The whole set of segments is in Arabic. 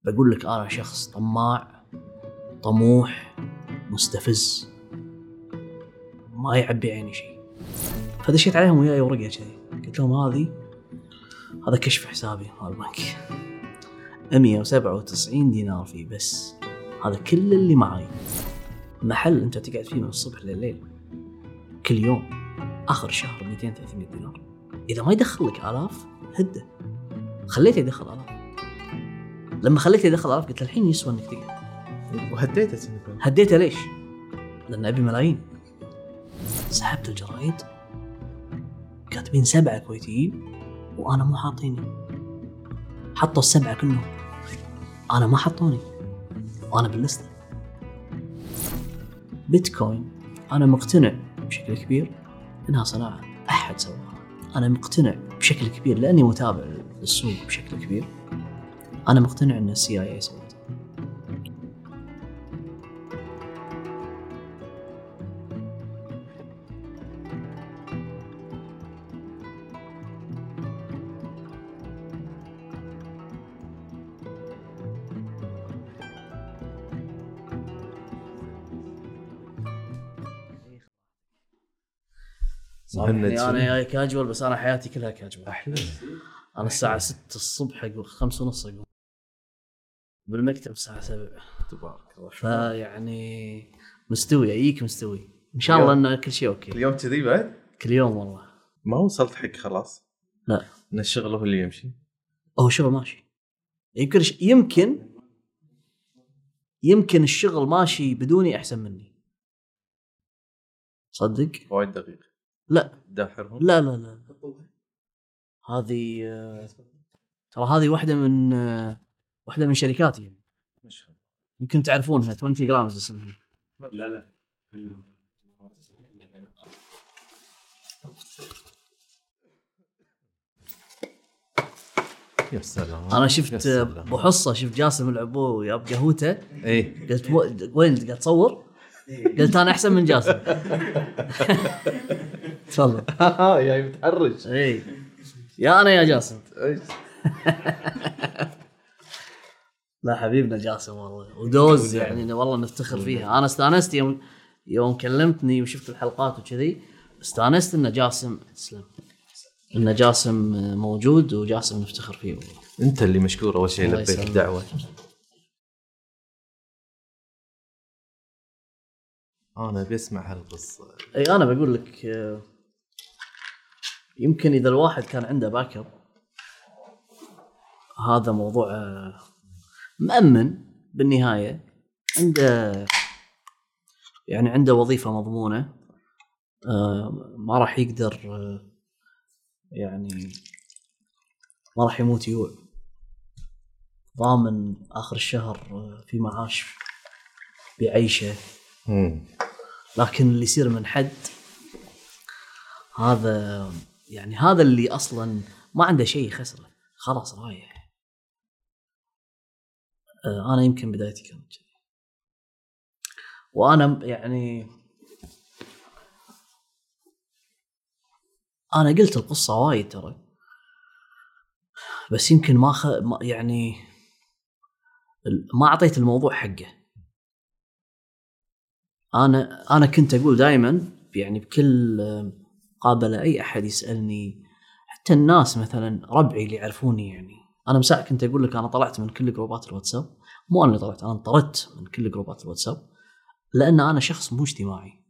بقول لك أنا شخص طماع طموح مستفز ما يعبي عيني شيء. فدشيت عليهم وياي ورقة كذي، قلت لهم هذا كشف حسابي مال البنك 197 دينار فيه، بس هذا كل اللي معي. محل أنت تقعد فيه من الصبح لليل كل يوم، آخر شهر 200-300 دينار. إذا ما يدخل لك آلاف هده. خليته يدخل آلاف. لما خليته يدخل آلاف قلت الحين يسوى إنك تقعد. هديته ليش؟ لأن أبي ملايين. سحبت الجرايد كاتبين 7 كويتيين وأنا مو حاطيني، حطوا ال7 كلهم، أنا ما حطوني وأنا باللستة. بيتكوين أنا مقتنع بشكل كبير إنها صناعة أحد سواها. أنا مقتنع بشكل كبير لأني متابع للسوق بشكل كبير. أنا مقتنع إن CIA سوته. يعني أنا جاي كاجوال، بس أنا حياتي كلها كاجوال. أحلى. أنا الساعة 6 الصبح أقوم 5:30 أقوم بالمكتب الساعة 7. تبارك الله. فيعني مستوي أيك مستوي إن شاء الله إنه كل شيء أوكي. اليوم كذي بعد؟ كل يوم والله. ما وصلت حق خلاص؟ لا. إن الشغل هو اللي يمشي. هو شغل ماشي. يمكن الشغل ماشي بدوني أحسن مني. صدق؟ وايد دقيق. لا. داحرهم. لا. هذه ترى هذه واحدة من شركاتي يعني. يمكن تعرفونها 20 جرامز اسمها. لا. يا سلام. أنا شفت بحصة، شفت جاسم العبو ويا بقهوته. إيه. قلت وين قاعد تصور؟ قلت أنا أحسن من جاسم. تفضل. يا متحرج. إيه. يا أنا يا جاسم. لا حبيبنا جاسم والله ودوز يعني والله نفتخر فيها. أنا استانست يوم كلمتني وشفت الحلقات وكذي، استانست إن جاسم تسلم، إن جاسم موجود وجاسم نفتخر فيه والله. أنت اللي مشكور أول شيء لبيت الدعوة. أنا بسمع هالقصة. أي أنا بقول لك يمكن إذا الواحد كان عنده باك اب، هذا موضوع مأمن بالنهاية، عنده وظيفة مضمونة، ما راح يقدر يعني ما راح يموت يوع، ضامن آخر الشهر في معاش بعيشه. لكن اللي يصير من حد هذا يعني هذا اللي أصلا ما عنده شيء خسره، خلاص رايح. أنا يمكن بدايتي كانت كذي، وأنا يعني أنا قلت القصة وايد ترى، بس يمكن يعني ما أعطيت الموضوع حقه. أنا كنت أقول دائما يعني بكل قابل أي أحد يسألني، حتى الناس مثلا ربعي اللي يعرفوني، يعني أنا مساء كنت أقول لك أنا طلعت من كل جروبات الواتساب. مو أنا اللي طلعت، أنا انطردت من كل جروبات الواتساب لأن أنا شخص مو اجتماعي.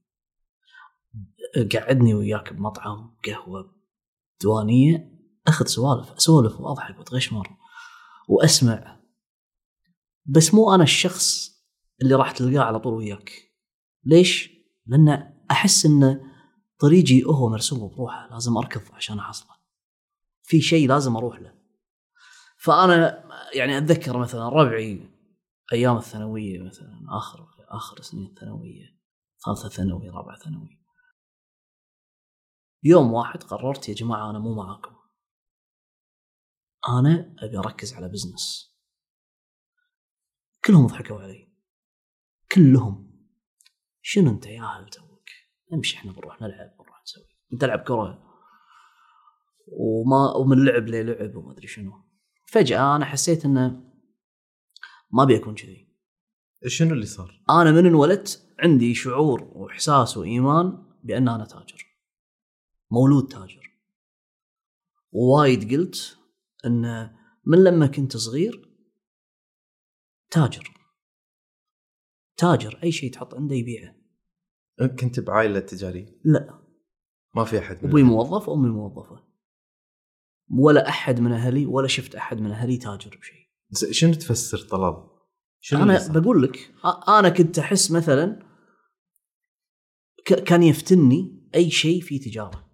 قعدني وياك بمطعم قهوة دوانية، أخذ أسولف وأضحك وأتغشمر وأسمع، بس مو أنا الشخص اللي راح تلقاه على طول وياك. ليش؟ لأن أحس أن طريقي هو مرسوم بروحه، لازم أركض عشان أحصله، في شيء لازم أروح له. فأنا يعني أتذكر مثلا ربعي أيام الثانوية، مثلا آخر سنين الثانوية، 3 ثانوي 4 ثانوي، يوم واحد قررت يا جماعة أنا مو معاكم، أنا أبي أركز على بزنس. كلهم ضحكوا علي، كلهم. شنو أنت يا أهل توك؟ نمشي إحنا بنروح نلعب، بنروح نسوي، أنت لعب كرة ومن لعب للعب وما أدري شنو. فجأة أنا حسيت إنه ما بيكون كذي. شنو اللي صار؟ انا من انولدت عندي شعور واحساس وايمان بان انا تاجر، مولود تاجر. ووايد قلت ان من لما كنت صغير تاجر اي شيء تحط عنده يبيعه. كنت بعائله تجاريه؟ لا، ما في احد. ابوي موظف، امي موظفه، ولا احد من اهلي ولا شفت احد من اهلي تاجر بشيء. شنو تفسر طلال؟ شنو انا بقول لك، انا كنت احس مثلا كان يفتني اي شيء في تجاره،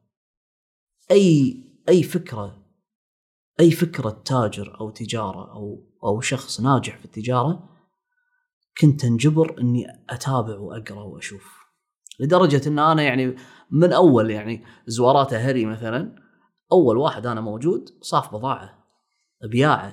اي فكره تاجر او تجاره او شخص ناجح في التجاره، كنت انجبر اني اتابع واقرا واشوف، لدرجه ان انا يعني من اول يعني زوارات اهلي مثلا، اول واحد انا موجود صاف بضاعه بياعه.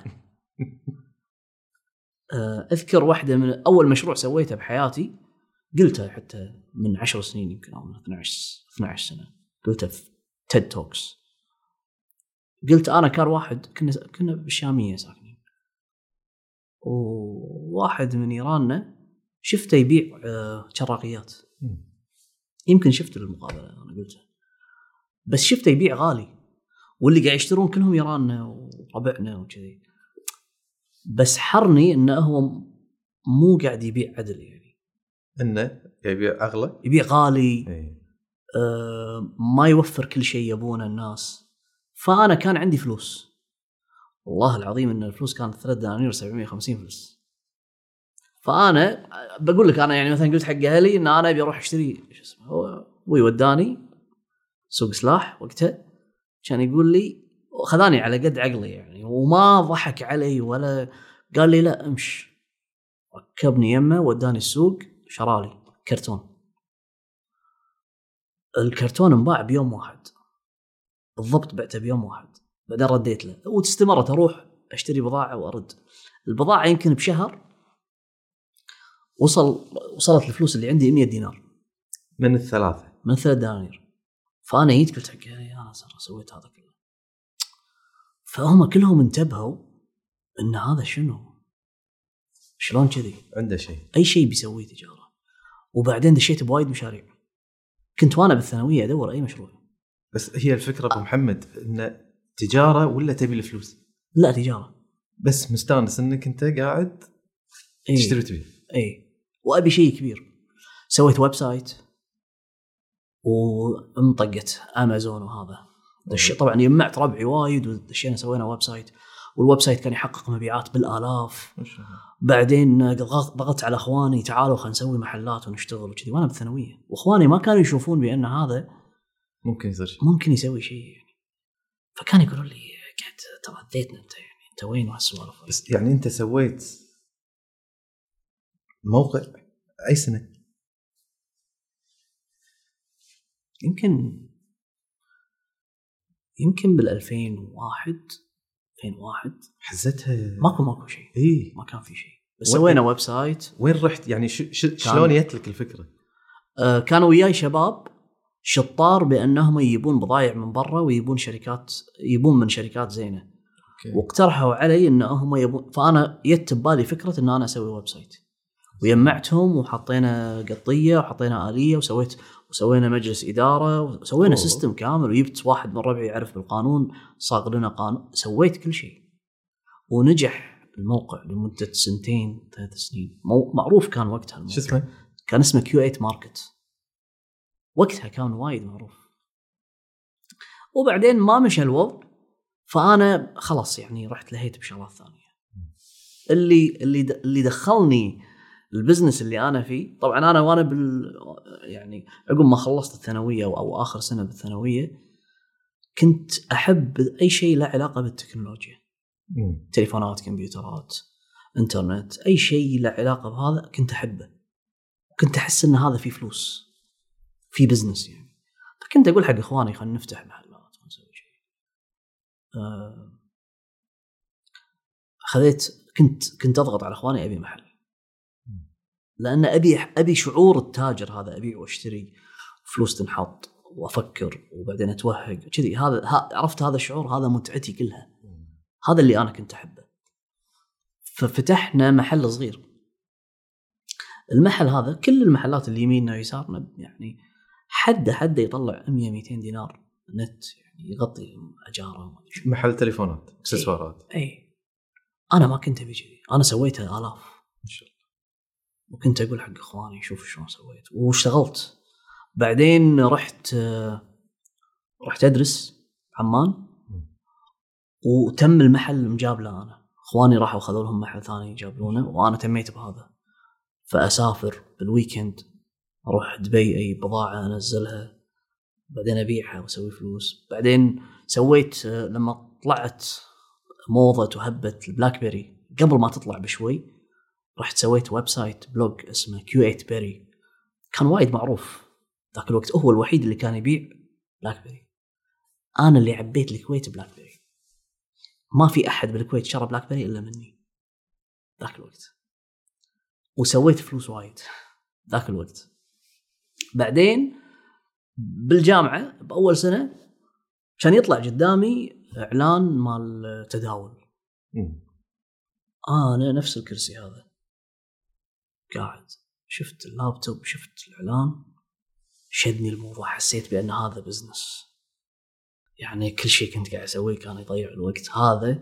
اذكر واحده من اول مشروع سويته بحياتي، قلتها حتى من 10 سنين يمكن او من 12 سنه، قلتها في تيد توكس. قلت انا كان واحد كنا بالشاميه ساكنين، وواحد من ايراننا شفته يبيع شراقيات. يمكن شفت المقابله انا قلتها، بس شفته يبيع غالي، واللي قاعد يشترون كلهم ايراننا وربعنا وكذي. بس حرني انه هو مو قاعد يبيع عدل، يعني انه يبيع اغلى، يبيع غالي. ما يوفر كل شيء يبونه الناس. فانا كان عندي فلوس، والله العظيم ان الفلوس كانت 3 دنانير 750 فلس. فانا بقول لك، انا يعني مثلا قلت حق اهلي ان انا ابي اروح اشتري شو اسمه، هو وداني سوق سلاح وقتها، كان يقول لي، خذاني على قد عقلي يعني، وما ضحك علي ولا قال لي لا امش، ركبني يمه وداني السوق، شرالي كرتون. الكرتون انباع بيوم واحد بالضبط، بعته بيوم واحد، بعدين رديت له، واستمرت اروح اشتري بضاعه وارد. البضاعه يمكن بشهر وصلت الفلوس اللي عندي 100 دينار من الثلاثه، من 3 دنانير. فانا جيت قلت حق انا سويت هذا كله. فهم كلهم انتبهوا ان هذا شنو، شلون كذي، عنده شيء، اي شيء بيسويه تجاره. وبعدين دشيت بوايد مشاريع، كنت وانا بالثانويه ادور اي مشروع. بس هي الفكره ابو محمد ان تجاره ولا تبي الفلوس؟ لا تجاره، بس مستانس انك انت قاعد تشتري تبي. اي، وابي شيء كبير. سويت ويب سايت وانطقت امازون وهذا الشيء. طبعا جمعت ربعي وايد ودشينا سوينا ويب سايت، والويب سايت كان يحقق مبيعات بالالاف. بعدين ضغطت على اخواني، تعالوا خلينا نسوي محلات ونشتغل وكذي، وانا بالثانويه، واخواني ما كانوا يشوفون بان هذا ممكن يصير شيء، ممكن يسوي شيء يعني. فكان يقولوا لي قاعد ترديتنا انت، يعني انت وين وهالسوالف. بس يعني انت سويت موقع اي سنه؟ يمكن بال 2001 حزتها ماكو شيء. اي ما كان في شيء، بس سوينا ويب سايت. وين رحت يعني؟ شلون جت لك الفكره؟ كانوا وياي شباب شطار بانهم يجيبون بضائع من برا ويجيبون شركات، يجيبون من شركات زينه. واقترحوا علي انهم يبون، فانا جت ببالي فكره ان انا اسوي ويب سايت، ويجمعتهم وحطينا قطيه وحطينا آلية وسوينا مجلس اداره وسوينا سيستم كامل، وجبت واحد من ربعي يعرف بالقانون، صاغ لنا قانون، سويت كل شيء. ونجح الموقع لمده 2 3 سنين. معروف كان وقتها الموقع. شو اسمه؟ كان اسمه Q8 ماركت، وقتها كان وايد معروف. وبعدين ما مشى الوضع، فانا خلاص يعني رحت لهيت بشغلات ثانيه. اللي دخلني البزنس اللي انا فيه، طبعا انا وانا يعني عقب ما خلصت الثانويه او اخر سنه بالثانويه، كنت احب اي شيء له علاقه بالتكنولوجيا، تليفونات، كمبيوترات، انترنت، اي شيء له علاقه بهذا كنت احبه. كنت احس ان هذا فيه فلوس، في بزنس يعني. فكنت اقول حق اخواني خلينا نفتح محلات ونسوي شيء. كنت اضغط على اخواني ابي محل، لان ابي شعور التاجر هذا، ابيع واشتري، فلوس تنحط وافكر وبعدين اتوهق كذي. هذا عرفت، هذا الشعور، هذا متعتي كلها، هذا اللي انا كنت احبه. ففتحنا محل صغير. المحل هذا كل المحلات اللي يميننا ويسارنا يعني حد يطلع 100-200 دينار نت يعني يغطي اجاره. محل تليفونات اكسسوارات. اي انا ما كنت ابي كذي، انا سويتها آلاف ان شاء الله، وكنت اقول حق اخواني شوف شلون سويت واشتغلت. بعدين رحت ادرس عمان وتم المحل مجاب له. انا اخواني راحوا خذوا لهم محل ثاني جابلونه وانا تميت بهذا. فاسافر بالويكند اروح دبي اي بضاعه انزلها بعدين ابيعها واسوي فلوس. بعدين سويت لما طلعت موضه وهبه البلاك بيري قبل ما تطلع بشوي رحت سويت ويب سايت بلوج اسمه Q8 بيري. كان وايد معروف ذاك الوقت، هو الوحيد اللي كان يبيع بلاك بيري. انا اللي عبيت الكويت بلاك بيري، ما في احد بالكويت شرى بلاك بيري الا مني ذاك الوقت، وسويت فلوس وايد ذاك الوقت. بعدين بالجامعه باول سنه كان يطلع قدامي اعلان مال تداول. انا نفس الكرسي هذا قاعد شفت اللابتوب شفت الاعلان شدني الموضوع، حسيت بان هذا بزنس. يعني كل شيء كنت قاعد اسويه كان يضيع الوقت. هذا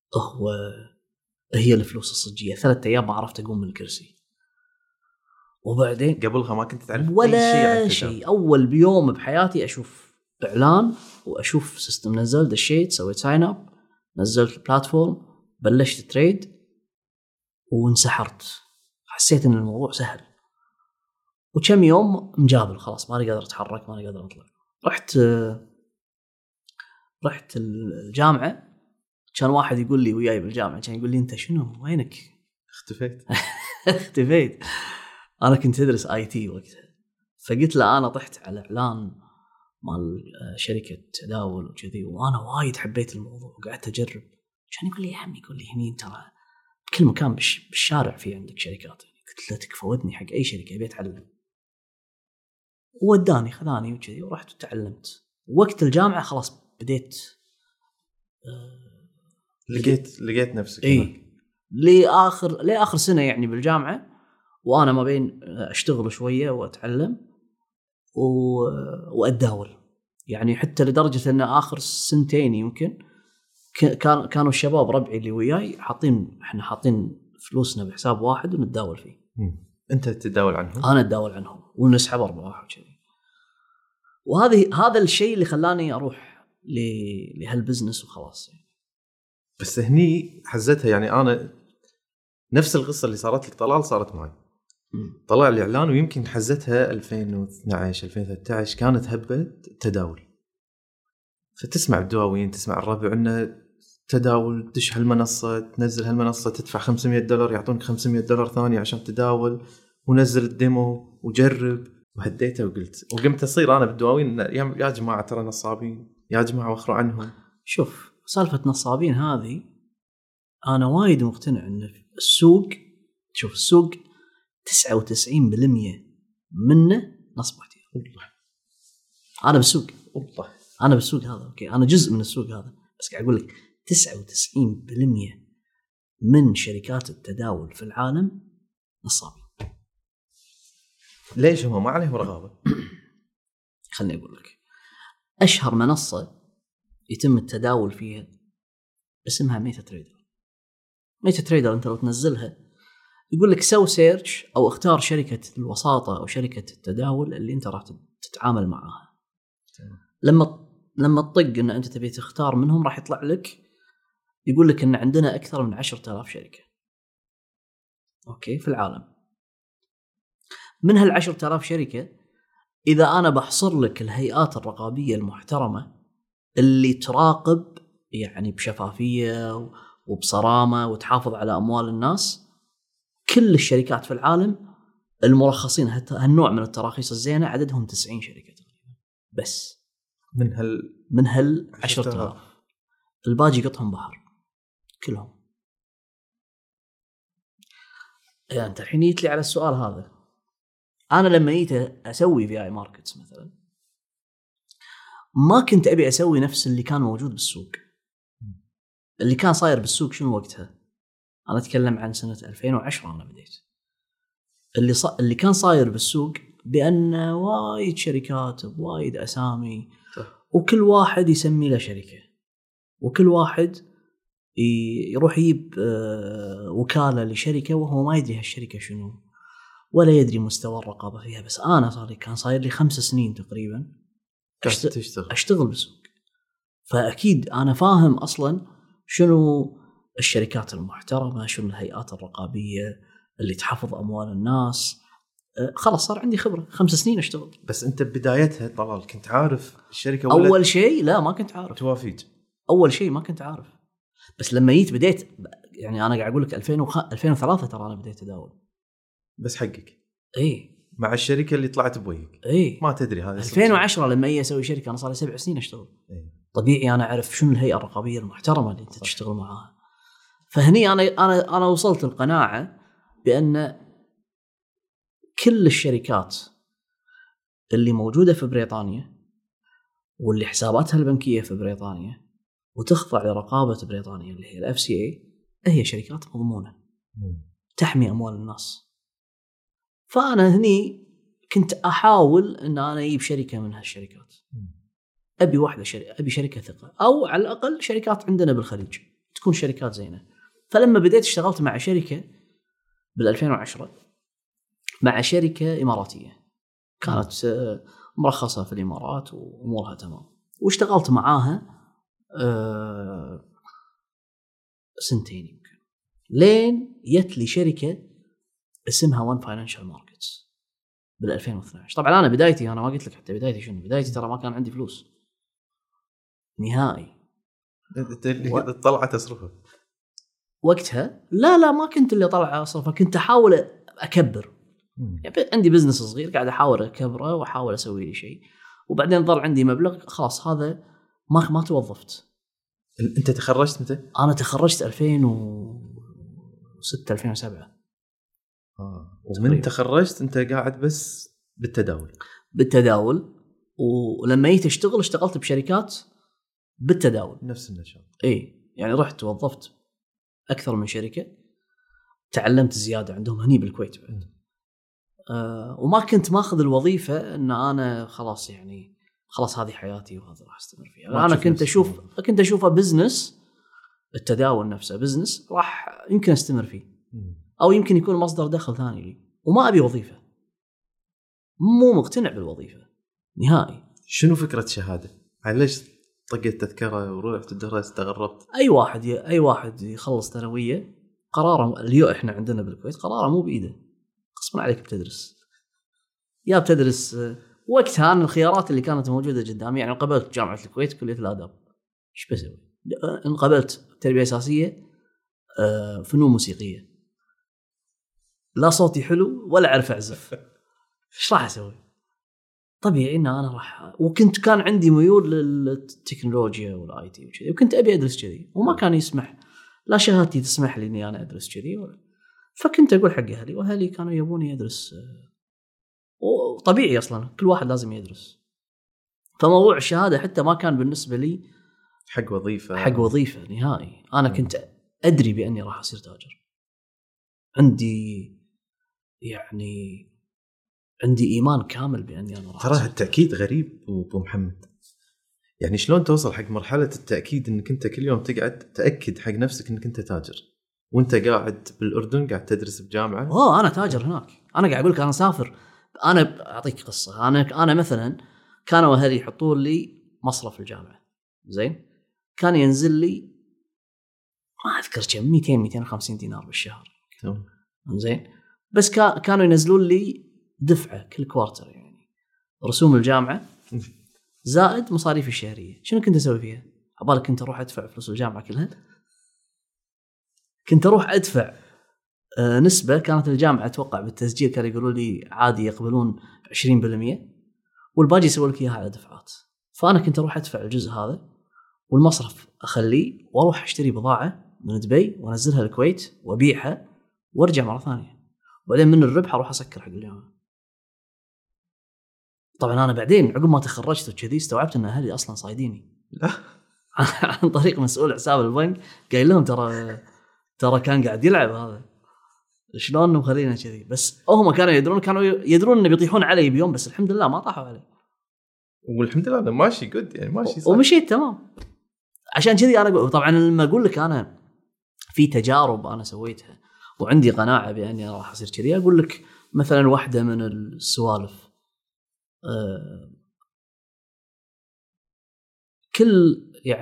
هي الفلوس الصجيه. 3 أيام ما عرفت اقوم من الكرسي. وبعدين قبلها ما كنت تعرف ولا شيء. اول بيوم بحياتي اشوف اعلان واشوف سيستم نزل، دشيت سويت ساين اب نزلت البلاتفورم بلشت تريد وانسحرت. حسيت ان الموضوع سهل وكم يوم مجابل خلاص ماني قادر اتحرك ماني قادر اطلع. رحت الجامعه كان واحد يقول لي وياي بالجامعه كان يقول لي انت شنو وينك اختفيت. انا كنت ادرس IT وقتها. فقلت له انا طحت على اعلان مال شركه تداول وكذي وانا وايد حبيت الموضوع وقعدت اجرب. كان يقول لي يا عمي يقول لي هني ترى كل مكان بالشارع في عندك شركات. قلت له تكفى ودني حق اي شركه ابي اتعلم. وداني خذاني وكذي ورحت وتعلمت. وقت الجامعه خلاص بديت لقيت نفسك اي لاخر سنه يعني بالجامعه وانا ما بين اشتغل شويه واتعلم واتداول. يعني حتى لدرجه ان اخر سنتين يمكن كانوا الشباب ربعي اللي وياي احنا حاطين فلوسنا بحساب واحد ونتداول فيه. انت تتداول عنهم انا اتداول عنهم ونسحب ارباح وكذي. هذا الشيء اللي خلاني اروح لهالبزنس وخلاص. بس هني حزتها. يعني انا نفس القصه اللي صارت لك طلال صارت معي. طلع لي اعلان ويمكن حزتها 2012 2013 كانت هبه تداول. فتسمع الدواوين تسمع الربع انه تداول دش هالمنصه تنزل هالمنصه تدفع $500 يعطونك $500 ثاني عشان تداول ونزل الديمو وجرب. وهديته وقمت اصير انا بالدواوين يا جماعه ترى نصابين يا جماعه وخروا عنهم. شوف سالفه نصابين هذه انا وايد مقتنع ان السوق شوف السوق 99% منه نصب احتيال. والله انا بالسوق والله انا بالسوق هذا اوكي انا جزء من السوق هذا بس قاعد اقول لك 99% من شركات التداول في العالم نصابين. ليش هم ما عليهم رغبه؟ خلني اقول لك اشهر منصه يتم التداول فيها اسمها ميتا تريدر. ميتا تريدر انت لو تنزلها يقول لك سوي سيرش او اختار شركه الوساطه او شركه التداول اللي انت راح تتعامل معها. لما تطق ان انت تبي تختار منهم راح يطلع لك يقول لك ان عندنا اكثر من 10,000 شركه اوكي في العالم. من هال10,000 شركه اذا انا بحصر لك الهيئات الرقابيه المحترمه اللي تراقب يعني بشفافيه وبصرامه وتحافظ على اموال الناس، كل الشركات في العالم المرخصين هالنوع من التراخيص الزينه عددهم 90 شركه تقريبا بس من هال 10,000. الباقي قطهم بحر كلهم. يعني انت الحين جيت لي على السؤال هذا. انا لما جيت اسوي في اي ماركتس مثلا ما كنت ابي اسوي نفس اللي كان موجود بالسوق. اللي كان صاير بالسوق شنو وقتها؟ انا اتكلم عن سنه 2010 انا بديت. اللي كان صاير بالسوق بان وايد شركات بوايد اسامي، وكل واحد يسمي له شركه، وكل واحد يروح يجيب وكاله لشركه وهو ما يدري هالشركه شنو ولا يدري مستوى الرقابه فيها. بس انا كان صاير لي 5 سنين تقريبا اشتغل بالسوق، فاكيد انا فاهم اصلا شنو الشركات المحترمه، شنو الهيئات الرقابيه اللي تحفظ اموال الناس. خلاص صار عندي خبره 5 سنين اشتغل. بس انت بدايتها طلال كنت عارف الشركه ولا اول شيء؟ لا ما كنت عارف. توافيج اول شيء ما كنت عارف، بس لما جيت بديت يعني انا قاعد اقول لك 2003 ترى انا بديت اداول. بس حقك اي مع الشركه اللي طلعت بويك. اي ما تدري هذا 2010 لما اجي اسوي شركه انا صار لي 7 سنين اشتغل. طبيعي انا اعرف شنو الهيئه الرقابيه المحترمه اللي انت تشتغل معاها. فهني انا وصلت القناعه بان كل الشركات اللي موجوده في بريطانيا واللي حساباتها البنكيه في بريطانيا وتخضع لرقابه بريطانيا اللي هي الاف سي اي هي شركات مضمونه تحمي اموال الناس. فانا هني كنت احاول ان انا اجيب شركه من هالشركات. ابي واحده ابي شركه ثقه، او على الاقل شركات عندنا بالخليج تكون شركات زينه. فلما بديت اشتغلت مع شركه بال2010 مع شركه اماراتيه كانت مرخصه في الامارات وامورها تمام، واشتغلت معاها 2 سنين يمكن، لين جت لي شركه اسمها وان فاينانشال ماركتس بال2012. طبعا انا بدايتي، انا ما قلت لك حتى بدايتي شنو، بدايتي ترى ما كان عندي فلوس نهائي. اللي طلعت اصرفها وقتها لا ما كنت اللي طلع اصرفها، كنت احاول اكبر. يعني عندي بزنس صغير قاعد احاول اكبره واحاول اسوي لي شيء، وبعدين ضل عندي مبلغ خلاص هذا ما توظفت. انت تخرجت متى؟ انا تخرجت 2006 2007. ومن تخرجت انت قاعد بس بالتداول. ولما جيت اشتغلت بشركات بالتداول نفس النشاط. اي يعني رحت وظفت اكثر من شركه، تعلمت زياده عندهم هني بالكويت بعد. وما كنت ماخذ الوظيفه ان انا خلاص يعني خلاص هذه حياتي وهذا راح استمر فيها. انا كنت اشوفه بزنس، التداول نفسه بزنس راح يمكن استمر فيه او يمكن يكون مصدر دخل ثاني لي، وما ابي وظيفه، مو مقتنع بالوظيفه نهائي. شنو فكره شهاده؟ ليش طقيت تذكره ورحت درست تغربت؟ اي واحد يخلص ثانويه قراره اليوم احنا عندنا بالكويت قراره مو بايده، غصبا عليك بتدرس. يا بتدرس وقتها أنا الخيارات اللي كانت موجوده قدامي، يعني قبلت جامعه الكويت كليه الاداب، ايش بسوي؟ انقبلت تربيه اساسيه فنون موسيقيه، لا صوتي حلو ولا اعرف اعزف، ايش راح اسوي؟ طبيعي ان انا راح، كان عندي ميول للتكنولوجيا والاي تي وكذي، وكنت ابي ادرس كذي، وما كان يسمح لا شهادتي تسمح لي اني انا ادرس كذي فكنت اقول حق اهلي، واهلي كانوا يبوني ادرس، وطبيعي اصلا كل واحد لازم يدرس. فموضوع الشهاده حتى ما كان بالنسبه لي حق وظيفه نهائي. انا كنت ادري باني راح اصير تاجر، عندي ايمان كامل باني انا راح. ترى التاكيد غريب ابو محمد، يعني شلون توصل حق مرحله التاكيد انك انت كل يوم تقعد تاكد حق نفسك انك انت تاجر وانت قاعد بالاردن قاعد تدرس بجامعه؟ انا تاجر هناك. انا قاعد اقول لك انا سافر. انا اعطيك قصه. انا مثلا كانوا اهلي يحطون لي مصرف الجامعه، زين، كان ينزل لي ما اذكر كم 250 دينار بالشهر، زين، بس كانوا ينزلون لي دفعه كل كوارتر، يعني رسوم الجامعه زائد مصاريف الشهريه. شنو كنت اسوي فيها؟ عبالك كنت اروح ادفع فلوس الجامعه كلها؟ كنت اروح ادفع نسبه. كانت الجامعه اتوقع بالتسجيل كانوا يقولوا لي عادي يقبلون 20%، والباقي يسوي لك اياها على دفعات. فانا كنت اروح ادفع الجزء هذا، والمصرف اخليه واروح اشتري بضاعه من دبي وانزلها الكويت وابيعها وارجع مره ثانيه، وبعدين من الربح اروح اسكر حق الجامعه. طبعا انا بعدين عقب ما تخرجت وكذي استوعبت ان اهلي اصلا صايديني عن طريق مسؤول حساب البنك، قايل لهم ترى ترى كان قاعد يلعب هذا، شلون انه مخلينا كذي. بس هم كانوا يدرون انه بيطيحون علي بيوم، بس الحمد لله ما طاحوا علي، والحمد لله انا ماشي جود يعني ماشي صح. ومشيت تمام. عشان كذي انا طبعا لما اقول لك انا في تجارب انا سويتها وعندي قناعه باني راح اصير كذي، اقول لك مثلا واحده من السوالف كل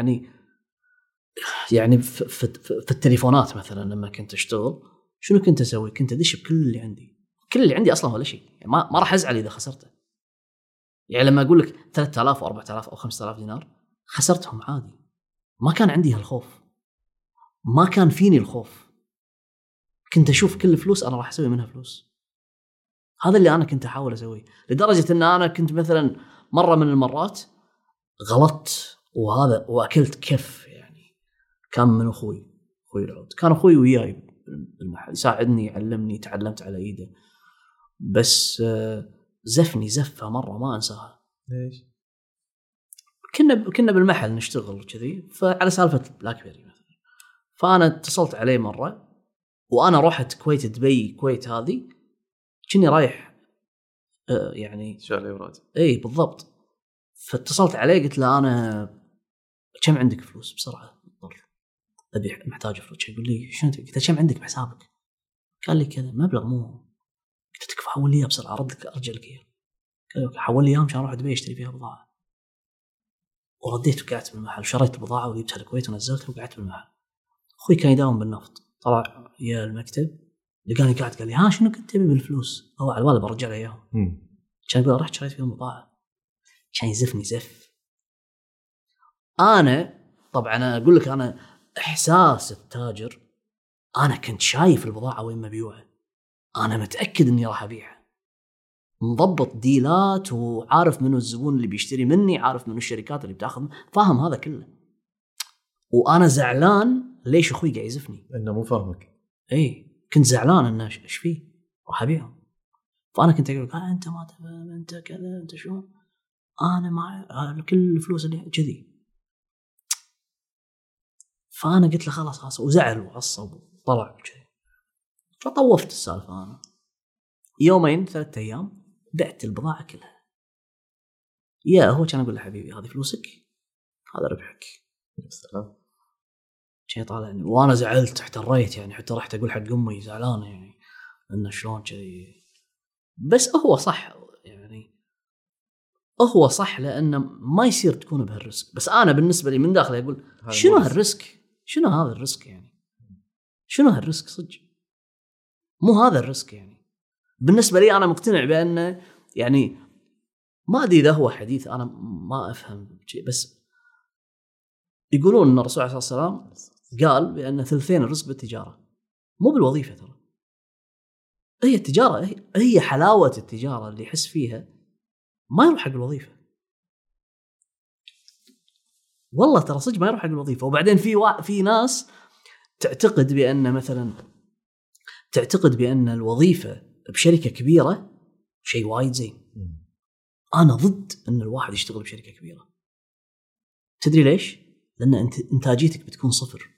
يعني في التليفونات مثلا لما كنت اشتغل شنو كنت اسوي؟ كنت ادش بكل اللي عندي، كل اللي عندي اصلا ولا شيء يعني، ما راح ازعل اذا خسرته. يعني لما اقول لك 3000 و 4000 او 5000 دينار خسرتهم عادي، ما كان عندي هالخوف، ما كان فيني الخوف. كنت اشوف كل فلوس انا راح اسوي منها فلوس. هذا اللي انا كنت احاول اسويه، لدرجه ان انا كنت مثلا مره من المرات غلطت وهذا واكلت كف يعني. كان من اخوي العود، كان اخوي وياي بالمحل يساعدني يعلمني، تعلمت على ايده، بس زفني زفه مره ما انساها. ليش؟ كنا بالمحل نشتغل كذي، فعلى سالفه بلاك بيري مثلا، فانا اتصلت عليه مره وانا رحت كويت دبي كويت هذه، كني رايح يعني شالي وراد. اي بالضبط. فاتصلت عليه قلت له انا كم عندك فلوس بسرعه مضطر ابي محتاج فلوس. يقول لي شنو؟ قلت له كم عندك بحسابك؟ قال لي كذا مبلغ مو. قلت له تكفى حول لي اياه بسرعه ارجع لك اياه. قال لي حول لي اياه عشان اروح دبي اشتري فيها بضاعه. ورديت وقعدت بالمحل شريت البضاعه وجبتها الكويت ونزلتها وقعدت بالمحل. اخوي كان يداوم بالنفط، طلع يا المكتب لقاني قاعد قال لي ها شنو كنت تبي بالفلوس؟ هو على باله برجع له اياهم. كان يقول رحت شريت فيهم بضاعه. كان يزفني زف. انا طبعا انا اقول لك انا احساس التاجر، انا كنت شايف البضاعه وين مبيوعه، انا متاكد اني راح ابيعها، مضبط ديلات وعارف منو الزبون اللي بيشتري مني، عارف منو الشركات اللي بتاخذ، فاهم هذا كله. وانا زعلان ليش اخوي قاعد يزفني، انه مو فاهمك. اي كنت زعلان انه ايش فيه راح ابيعهم. فانا كنت اقول انت ما تفهم، انت كذا، انت شو، انا مع كل الفلوس اللي كذي. فانا قلت له خلاص وزعل وعصب وطلع كذي. فطوفت السالفه. انا يومين 3 ايام بعت البضاعه كلها. يا هو كان اقول له حبيبي هذه فلوسك، هذا ربحك. السلام. شيء طالعني وانا زعلت احتريت يعني، حتى رحت اقول حق امي زعلانه يعني انه شلون كذي. بس هو صح يعني، هو صح لانه ما يصير تكون بهالريسك. بس انا بالنسبه لي من داخلي اقول شنو هالريسك، شنو هذا الريسك يعني، شنو هالريسك صدق، مو هذا الريسك يعني. بالنسبه لي انا مقتنع بانه يعني ما ادري اذا هو حديث انا ما افهم شيء، بس يقولون ان الرسول عليه الصلاه والسلام قال بان ثلثين الرزق بالتجاره، مو بالوظيفه. ترى هي التجاره، هي حلاوه التجاره اللي يحس فيها ما يروح حق الوظيفه. والله ترى صدق ما يروح حق الوظيفه. وبعدين في ناس تعتقد بان مثلا الوظيفه بشركه كبيره شيء وايد زين. انا ضد ان الواحد يشتغل بشركه كبيره. تدري ليش؟ لان انتاجيتك بتكون صفر.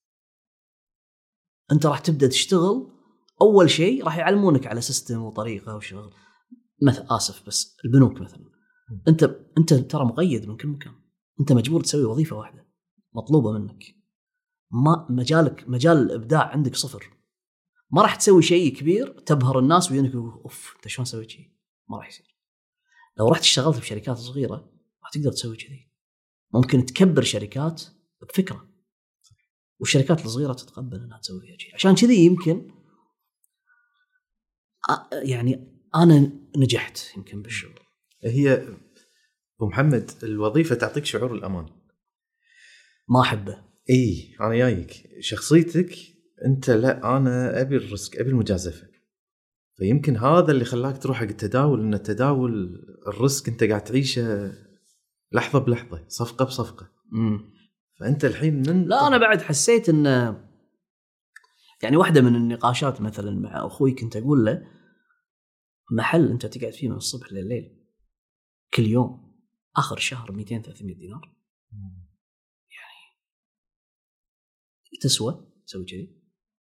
انت راح تبدا تشتغل، اول شيء راح يعلمونك على سيستم وطريقه وشغل. مثلا اسف بس البنوك مثلا، انت ترى مقيد من كل مكان، انت مجبور تسوي وظيفه واحده مطلوبه منك. ما مجال الابداع عندك صفر. ما راح تسوي شيء كبير تبهر الناس وينك اوف انت شلون سويت شيء، ما راح يصير. لو رحت اشتغلت بشركات صغيره راح تقدر تسوي كذي. ممكن تكبر شركات بفكره، والشركات الصغيره تتقبل انها تسوي فيها شيء. عشان كذي يمكن يعني انا نجحت يمكن بالشغل. هي ابو محمد الوظيفه تعطيك شعور الامان. ما احبه. اي انا جايك شخصيتك انت، لا انا ابي الريسك، ابي المجازفه. فيمكن هذا اللي خلاك تروح حق التداول، ان التداول الريسك انت قاعد تعيشه لحظه بلحظه، صفقه بصفقه. فانت الحين من لا انا بعد حسيت ان يعني واحده من النقاشات مثلا مع اخوي كنت اقول له محل انت تقعد فيه من الصبح لليل كل يوم اخر شهر 200-300 دينار يعني تسوى تسوي كذي؟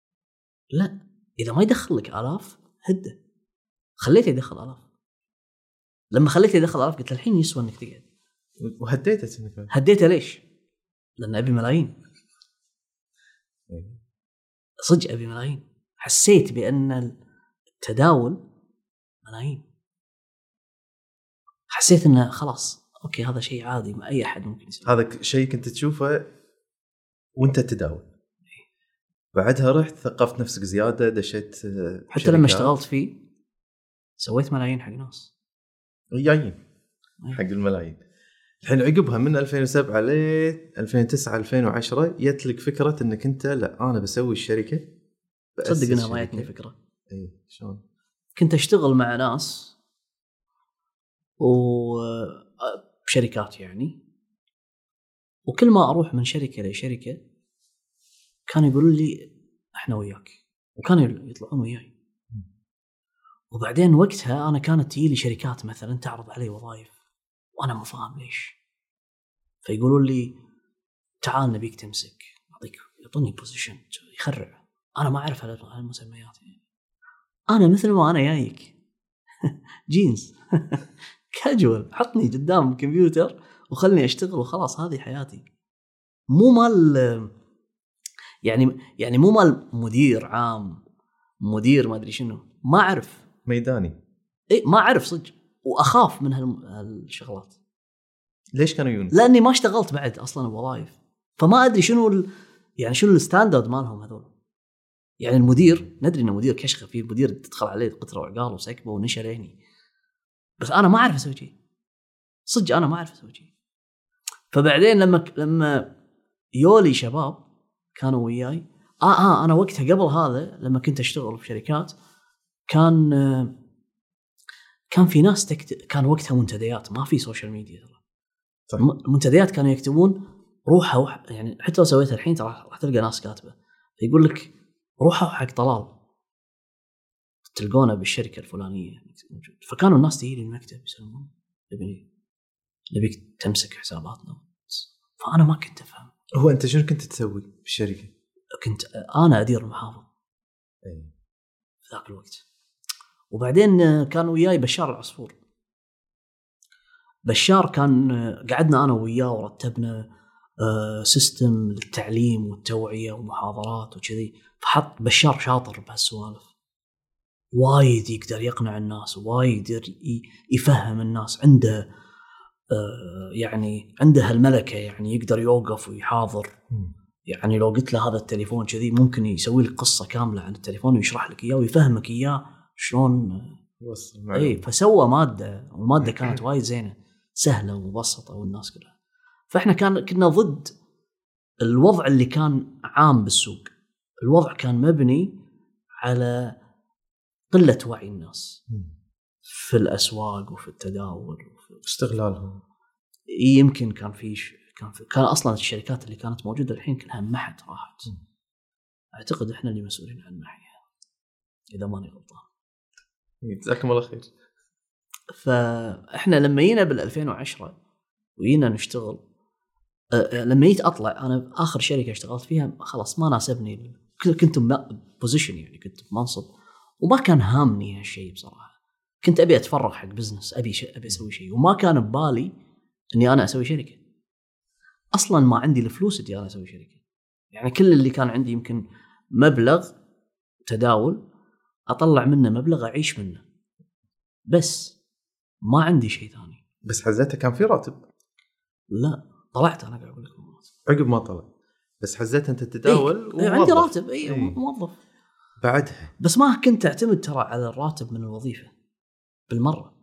لا، اذا ما يدخل لك آلاف هده، خليته يدخل آلاف. لما خليته يدخل آلاف قلت الحين يسوى انك تقعد، وهديته. هديته ليش؟ لان ابي ملايين. صدق ابي ملايين. حسيت بان التداول ملايين، حسيت انه خلاص اوكي هذا شيء عادي، ما اي احد ممكن يسوي. هذا شيء كنت تشوفه وانت تداول. بعدها رحت ثقفت نفسك زياده، دشيت حتى لما اشتغلت فيه سويت ملايين حق ناس جايين حق الملايين. الحين عقبها من 2007 ل 2009 2010 جت لك فكره انك انت لا انا بسوي الشركه. تصدق انها ما جتني فكره. اي شلون؟ كنت اشتغل مع ناس وبشركات يعني، وكل ما اروح من شركه لشركه كانوا يقولوا لي احنا وياك، وكانوا يطلعون وياي. وبعدين وقتها انا كانت تجي لي شركات مثلا تعرض علي وظائف وانا ما فاهم ليش، فيقولوا لي تعال نبيك تمسك، اعطيك، يعطوني بوزيشن يخرع، انا ما اعرف هالمسميات يعني. انا مثل ما انا جايك جينز كاجوال، حطني قدام الكمبيوتر وخلني اشتغل وخلاص، هذه حياتي. مو مال يعني مو مال مدير عام، مدير ما ادري شنو، ما اعرف ميداني. اي ما اعرف صدق، واخاف من هالشغلات. ليش كانوا يجون؟ لاني ما اشتغلت بعد اصلا بوظائف، فما ادري شنو يعني شنو الستاندرد مالهم هذول. يعني المدير ندري انه مدير كشخه، فيه مدير تدخل عليه قطره وعقال وسكبه ونشل عيني، بس انا ما اعرف اسوي شيء صدق، انا ما اعرف اسوي شيء. فبعدين لما يولي شباب كانوا وياي، انا وقتها قبل هذا لما كنت اشتغل في شركات كان في ناس كان وقتها منتديات، ما في سوشيال ميديا. المنتديات كانوا يكتبون روحوا، يعني حتى لو سويتها الحين ترى راح تلقى ناس كاتبه يقول لك روحوا حق طلال تلقونه بالشركه الفلانيه. فكانوا الناس تيجي لي المكتب يسلمون نبيك تمسك حساباتنا، فانا ما كنت افهم. هو انت شنو كنت تسوي بالشركه؟ كنت انا ادير المحافظ في ذاك الوقت. وبعدين كان وياي بشار العصفور. بشار كان قعدنا انا وياه ورتبنا سيستم للتعليم والتوعيه ومحاضرات وكذي. فحط بشار شاطر بهالسوالف، وايد يقدر يقنع الناس، وايد يقدر يفهم الناس، عنده يعني عنده هالملكه، يعني يقدر يوقف ويحاضر. يعني لو قلت له هذا التليفون كذي ممكن يسوي لك قصه كامله عن التليفون ويشرح لك اياه ويفهمك اياه شلون يوصل. اي فسوى ماده، والماده كانت وايد زينه سهله ومبسطه والناس كلها. فاحنا كنا ضد الوضع اللي كان عام بالسوق. الوضع كان مبني على قله وعي الناس في الاسواق وفي التداول وفي استغلالهم. يمكن كان اصلا الشركات اللي كانت موجوده الحين كلها محت راحت. اعتقد احنا اللي مسؤولين عن محيها اذا ماني غلطان. جزاكم الله خير. فاحنا لما جينا بال2010 وجينا نشتغل، لما جيت اطلع انا اخر شركه اشتغلت فيها خلاص ما ناسبني، كنت بوزيشن يعني كنت بمنصب وما كان هامني هالشيء بصراحه. كنت ابي اتفرغ حق بزنس، ابي اسوي شيء، وما كان ببالي اني انا اسوي شركه. اصلا ما عندي الفلوس اللي انا اسوي شركه. يعني كل اللي كان عندي يمكن مبلغ تداول اطلع منه مبلغ اعيش منه، بس ما عندي شيء ثاني. بس حزتها كان في راتب؟ لا طلعت، انا قاعد اقول لك عقب ما طلع بس حزتها انت تداول إيه عندي راتب موظف بعدها. بس ما كنت اعتمد ترى على الراتب من الوظيفه بالمره.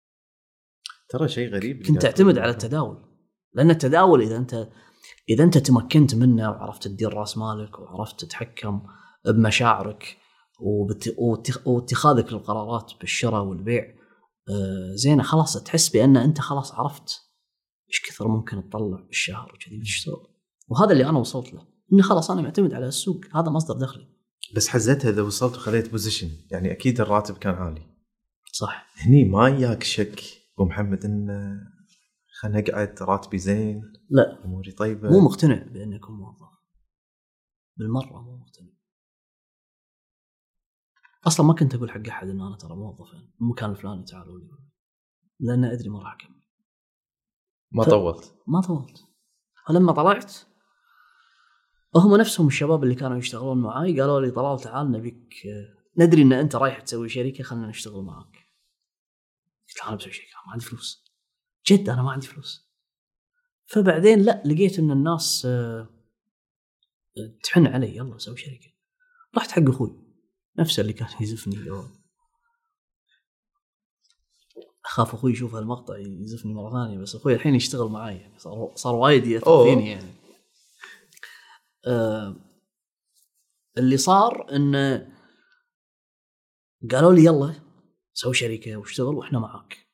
ترى شيء غريب. كنت اعتمد على التداول، لان التداول اذا انت تمكنت منه وعرفت تدير راس مالك وعرفت تتحكم بمشاعرك واتخاذك للقرارات بالشراء والبيع زين، خلاص تحس بان انت خلاص عرفت ايش كثر ممكن تطلع بالشهر وكذي وتشتغل. وهذا اللي انا وصلت له، اني خلاص انا معتمد على السوق، هذا مصدر دخلي. بس حزتها اذا وصلت وخليت بوزيشن يعني اكيد الراتب كان عالي. صح. هني ما ياك شك ابو محمد ان خلنا نقعد راتبي زين؟ لا اموري طيبه. مو مقتنع بانك موظف بالمره، مو مقتنع. اصلا ما كنت اقول حق احد ان انا ترى موظف المكان الفلاني تعالوا لي، لان ادري ما راح اكمل. ما طولت. فلما طلعت هم نفسهم الشباب اللي كانوا يشتغلون معاي قالوا لي طلال تعال نبيك، ندري ان انت رايح تسوي شركه، خلينا نشتغل معاك. قلت انا بسوي شركه ما عندي فلوس، جد انا ما عندي فلوس. فبعدين لا، لقيت ان الناس تحن علي يلا سوي شركه. رحت حق اخوي نفسه اللي كان يزفني، اخاف اخوي يشوف هالمقطع يزفني مره ثانيه، بس اخوي الحين يشتغل معي صار وايد يثق فيني يعني. اللي صار انه قالوا لي يلا سوي شركه واشتغل واحنا معاك.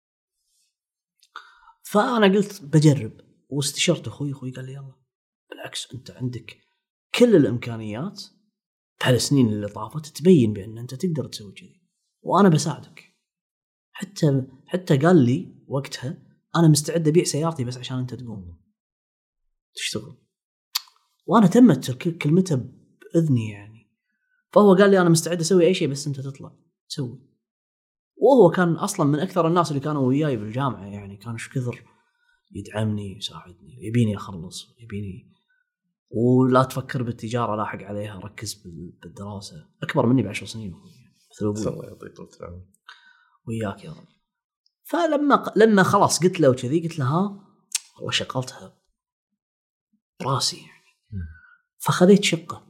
فانا قلت بجرب، واستشرت اخوي قال لي يلا بالعكس انت عندك كل الامكانيات بهالسنين اللي طافت تبين بان انت تقدر تسوي كذي وانا بساعدك. حتى قال لي وقتها انا مستعد ابيع سيارتي بس عشان انت تقوم تشتغل. وانا تمت كلمته باذني يعني. فهو قال لي انا مستعد اسوي اي شيء بس انت تطلع تسوي. وهو كان اصلا من اكثر الناس اللي كانوا وياي بالجامعه يعني، كان ايش كثر يدعمني يساعدني، يبيني اخلص، يبيني ولا تفكر بالتجاره لاحق عليها، ركز بالدراسه. اكبر مني ب10 سنين مثل ابوي. الله يعطيك العافيه وياك يا رب. فلما خلاص قلت له وكذي، قلت له ها والله شغلتها براسي يعني. فخذيت شقه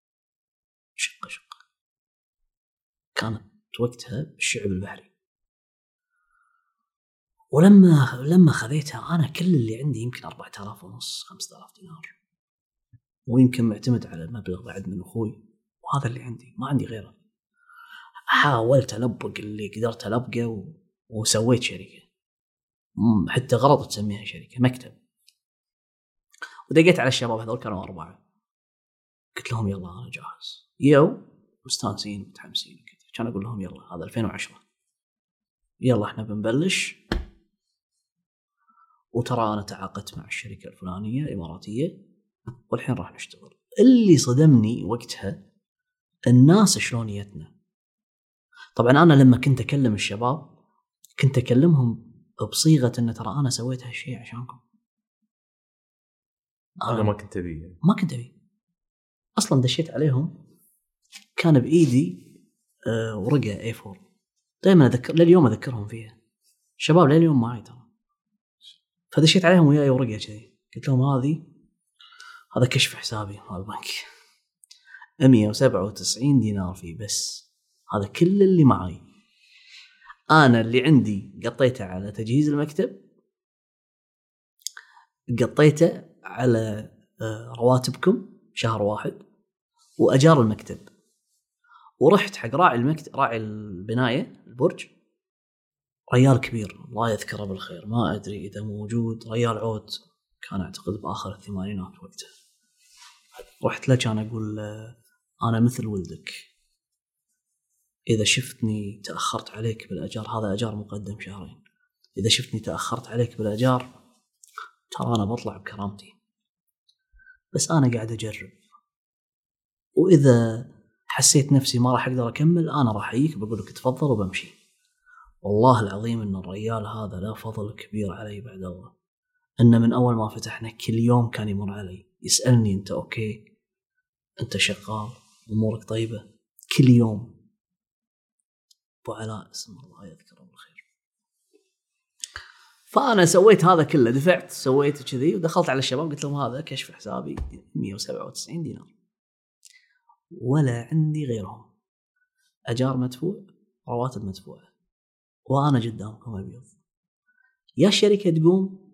كانت وقتها بالشعب البحري. ولما خذيتها انا كل اللي عندي يمكن 4,500 5,000 دينار، ويمكن معتمد على مبلغ بعد من اخوي، وهذا اللي عندي ما عندي غيره. حاولت ألبق اللي قدرت ألبقه وسويت شركة، حتى غلط تسميها شركة، مكتب. ودقيت على الشباب هذول كانوا 4، قلت لهم يلا أنا جاهز. مستانسين متحمسين كذا. كان أقول لهم يلا هذا 2010 يلا إحنا بنبلش، وترى أنا تعاقدت مع الشركة الفلانية الإماراتية والحين راح نشتغل. اللي صدمني وقتها الناس شلون يتنا. طبعا أنا لما كنت أكلم الشباب كنت أكلمهم بصيغة أن ترى أنا سويت هالشيء عشانكم. أنا ما كنت أبي أصلا دشيت عليهم كان بإيدي ورقة A4 دائما لليوم أذكرهم فيها. الشباب لليوم معي ترى. فدشيت عليهم وياي ورقة كذي، قلت لهم هذا كشف حسابي مال البنك 197 دينار فيه، بس هذا كل اللي معي. أنا اللي عندي قطيته على تجهيز المكتب، قطيته على رواتبكم شهر واحد، وأجار المكتب. ورحت حق راعي البناية البرج، ريال كبير الله يذكره بالخير، ما أدري إذا موجود، ريال عود، كان أعتقد بآخر الثمانينات وقتها. رحت له كان أقول أنا مثل ولدك، إذا شفتني تأخرت عليك بالأجار، هذا أجار مقدم 2 شهر، إذا شفتني تأخرت عليك بالأجار ترى أنا بطلع بكرامتي، بس أنا قاعد أجرب، وإذا حسيت نفسي ما راح أقدر أكمل أنا راح أجيك بقول لك تفضل وبمشي. والله العظيم إن الرجال هذا لا فضل كبير علي بعد الله، إن من أول ما فتحنا كل يوم كان يمر علي يسألني أنت أوكي، أنت شغال، أمورك طيبة، كل يوم. أبو علاء اسم الله يذكره بالخير. فأنا سويت هذا كله، دفعت سويت كذي، ودخلت على الشباب قلت لهم هذا كشف حسابي 197 دينار، ولا عندي غيرهم، أجار مدفوع، رواتب مدفوعة، وأنا قدامكم أبيض. يا الشركة تقوم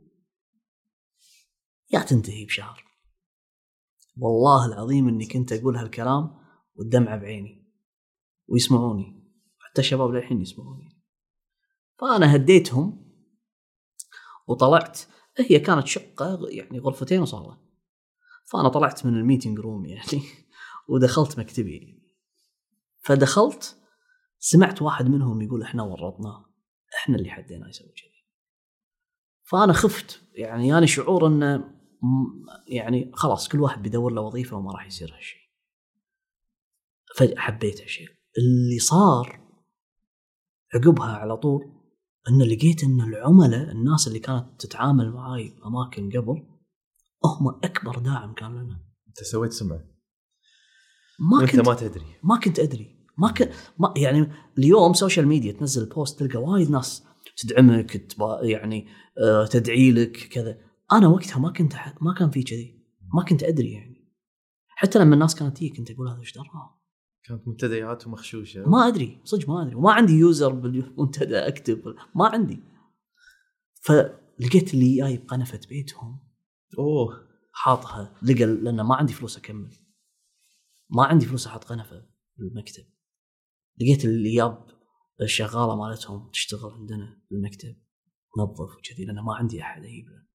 يا تنتهي بشهر. والله العظيم إني كنت أقول هالكلام والدمعة بعيني ويسمعوني، حتى الشباب للحين يسمعوني. فأنا هديتهم وطلعت. هي كانت شقة يعني 2 غرفة وصالة. فأنا طلعت من الميتينج روم يعني ودخلت مكتبي. فدخلت سمعت واحد منهم يقول إحنا ورطناه، إحنا اللي حدينا يسوي كذي. فأنا خفت يعني، أنا شعور إنه يعني خلاص كل واحد بيدور له وظيفة وما راح يصير هالشيء. فحبيت هالشيء، اللي صار عقبها على طول أن لقيت أن العملاء الناس اللي كانت تتعامل معاي بأماكن قبل هم أكبر داعم كان لنا. أنت سويت سمعة وأنت ما تدري. ما كنت أدري. ما يعني اليوم سوشيال ميديا تنزل بوست تلقى وايد ناس تدعمك يعني تدعي لك كذا. أنا وقتها ما كان في كذي، ما كنت أدري يعني. حتى لما الناس كانت تيجي كنت أقول هذا إيش درها، كانت منتديات ومخشوشة. ما أدري صدق ما أدري، وما عندي يوزر بالمنتدى أكتب، ما عندي. فلقيت اللي جاي بقنفة بيتهم حاطها لأن ما عندي فلوس أكمل، ما عندي فلوس أحط قنفة بالمكتب. لقيت اللي جاب الشغالة مالتهم تشتغل عندنا بالمكتب نظف وكذي، لأن ما عندي أحد أجيب له.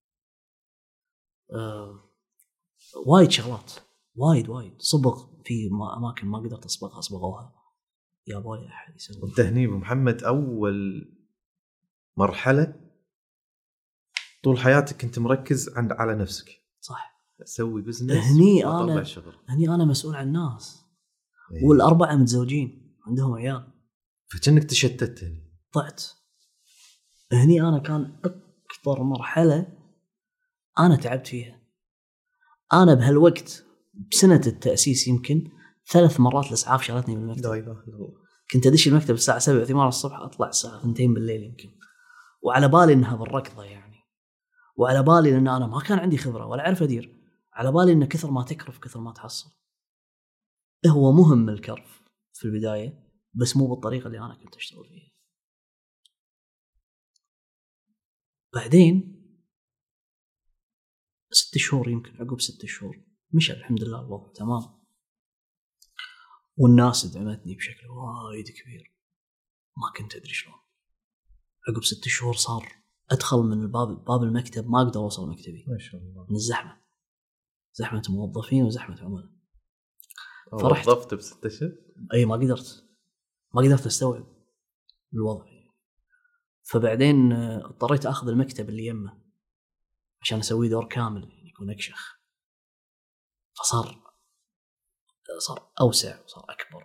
وايد شغلات وايد صبغ في أماكن ما قدرت أصبغها صبغوها، جابوا لي أحد يسوي. وتهني محمد، أول مرحلة طول حياتك كنت مركز على نفسك، صح، أسوي بزنس. هني أنا مسؤول عن الناس. والأربعة متزوجين عندهم عيال، فكأنك تشتت. هني ضعت. هني أنا كان أكبر مرحلة أنا تعبت فيها. أنا بهالوقت بسنة التأسيس يمكن 3 مرات الإسعاف شغلتني بالمكتب. لا إله إلا الله. كنت أدش المكتب الساعة 7-8 الصبح، أطلع الساعة 2 بالليل يمكن، وعلى بالي إنها بالركضة يعني، وعلى بالي لأن أنا ما كان عندي خبرة ولا أعرف أدير، على بالي إن كثر ما تكرف كثر ما تحصل. هو مهم الكرف في البداية، بس مو بالطريقة اللي أنا كنت أشتغل فيها. بعدين 6 شهور يمكن، عقب 6 شهور مشى الحمد لله الوضع تمام، والناس دعمتني بشكل وايد كبير ما كنت أدري شلون. عقب 6 شهور صار أدخل من باب المكتب ما أقدر أوصل مكتبي ما شاء الله، من الزحمة، زحمة موظفين وزحمة عملاء. فرحت وظفت ب6 أشهر. أي ما قدرت أستوعب الوضع. فبعدين اضطريت أخذ المكتب اللي يمه عشان أسوي دور كامل يعني يكون أكشخ، فصار أوسع وصار أكبر.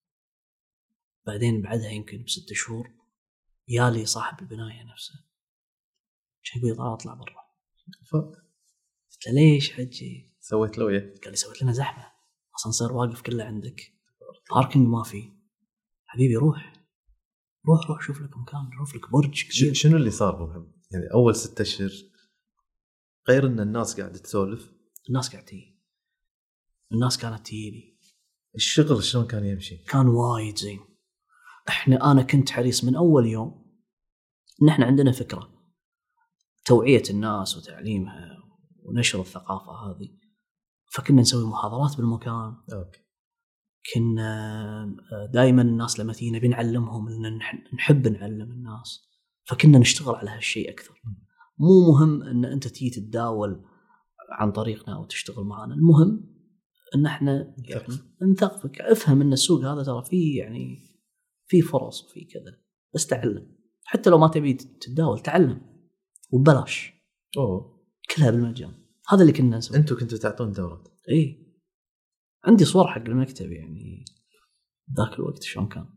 بعدين بعدها يمكن ب6 شهور يالي صاحب البناية نفسه عشان يقول أطلع برا. قلت له ليش حجي؟ سويت له إيه؟ قال لي سويت لنا زحمة، أسانسير واقف كله عندك، باركينج ما في. حبيبي روح شوف لك مكان، شوف لك برج كبير. شنو اللي صار مهم؟ يعني أول 6 أشهر غير إن الناس قاعدة تسولف، الناس قاعدة تيجي، الناس كانت تيجي. الشغل شلون كان يمشي؟ كان وايد زين. أنا كنت حريص من أول يوم إن إحنا عندنا فكرة توعية الناس وتعليمها ونشر الثقافة هذه، فكنا نسوي محاضرات بالمكان. أوكي. كنا دائما الناس لما تيجي نبي نعلمهم، إن نحب نعلم الناس، فكنا نشتغل على هالشيء أكثر. مو مهم إن أنت تيجي تتداول عن طريقنا أو تشتغل معنا، المهم إن إحنا يعني نثقفك، أفهم إن السوق هذا ترى فيه يعني فيه فرص وفيه كذا، بس تعلم. حتى لو ما تبي تتداول تعلم وببلاش، كلها بالمجان. هذا اللي كنا نسوي. أنتوا كنتوا تعطون دورات؟ إيه، عندي صور حق المكتب يعني ذاك الوقت شلون كان.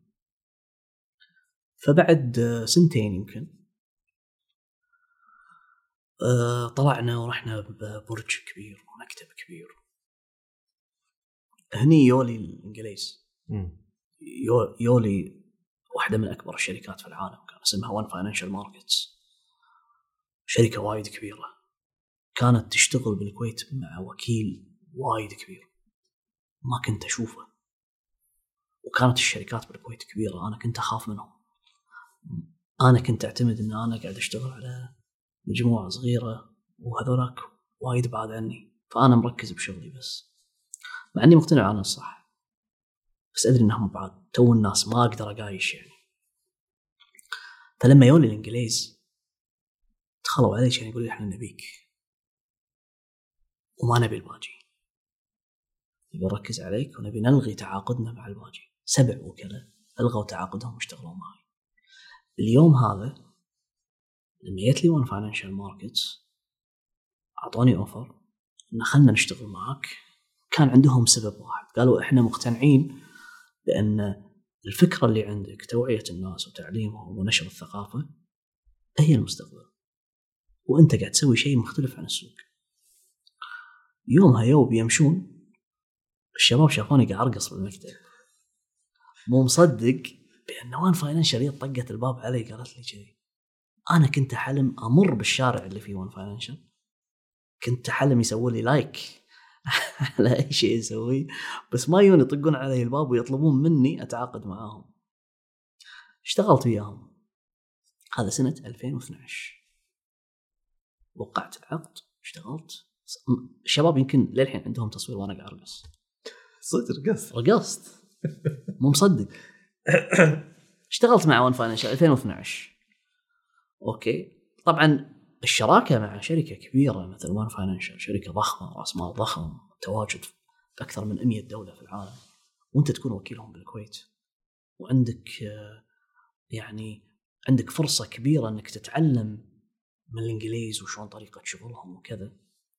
فبعد 2 يمكن طلعنا ورحنا ببرج كبير ومكتب كبير. هني يولي الإنجليز. يولي واحدة من أكبر الشركات في العالم، كان اسمها One Financial Markets، شركة وايد كبيرة، كانت تشتغل بالكويت مع وكيل وايد كبير ما كنت أشوفه. وكانت الشركات بالكويت كبيرة، أنا كنت أخاف منهم. أنا كنت أعتمد أن أنا قاعد أشتغل على مجموعة صغيرة وهذولاك وايد بعاد عني، فأنا مركز بشغلي بس، مع أني مقتنع أنا الصح، بس أدري أنهم بعاد تو الناس ما أقدر أقايش يعني. فلما يولي الإنجليز دخلوا علي عشان يقولوا لي إحنا نبيك وما نبي الباجي، نبي نركز عليك ونبي نلغي تعاقدنا مع الباجي. 7 وكلاء ألغوا تعاقدهم واشتغلوا معي. اليوم هذا لما جت لي One Financial Markets أعطوني أوفر إن خلنا نشتغل معك. كان عندهم سبب واحد، قالوا إحنا مقتنعين بأن الفكرة اللي عندك توعية الناس وتعليمهم ونشر الثقافة هي المستقبل، وأنت قاعد تسوي شيء مختلف عن السوق. يومها يوم يمشون الشباب شافوني قاعد أرقص بالمكتب، مو مصدق بأن وان فاينانشال طقت الباب علي قالت لي كذي. أنا كنت حلم أمر بالشارع اللي فيه وان فاينانشال، كنت حلم يسوي لي لايك على أي شيء يسويه، بس ما يجون يطقون علي الباب ويطلبون مني أتعاقد معاهم. اشتغلت وياهم، هذا سنة 2012 وقعت العقد، اشتغلت. الشباب يمكن للحين عندهم تصوير وأنا قاعد أرقص. صدق رقصت مو مصدق. اشتغلت مع وان فاينانشال 2012. أوكي، طبعا الشراكة مع شركة كبيرة مثل وان فاينانشال، شركة ضخمة، رأس مال ضخم، تواجد في أكثر من 100 دولة في العالم، وأنت تكون وكيلهم بالكويت، وعندك يعني عندك فرصة كبيرة أنك تتعلم من الإنجليز وشون طريقة شغلهم وكذا.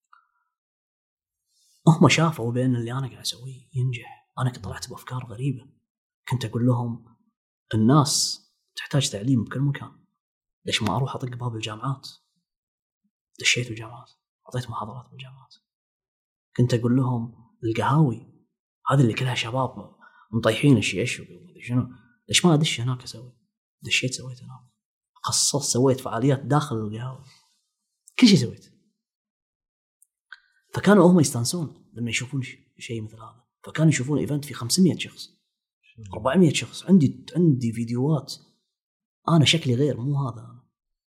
هم شافوا بأن اللي أنا قاعد أسويه ينجح. أنا كنت طلعت بأفكار غريبة، كنت أقول لهم الناس تحتاج تعليم بكل مكان، ليش ما أروح أطق باب الجامعات؟ دشيت الجامعات، أعطيت محاضرات بالجامعات. كنت أقول لهم القهاوي هذه اللي كلها شباب مطيحين الشيش ومدري شنو، ليش ما أدش هناك أسوي؟ دشيت سويت هناك، خصصت سويت فعاليات داخل القهاوي، كل شيء سويت. فكانوا هم يستانسون لما يشوفون شيء مثل هذا، فكانوا يشوفون إيفنت في 500 شخص 400 شخص، عندي فيديوهات أنا شكلي غير، مو هذا أنا.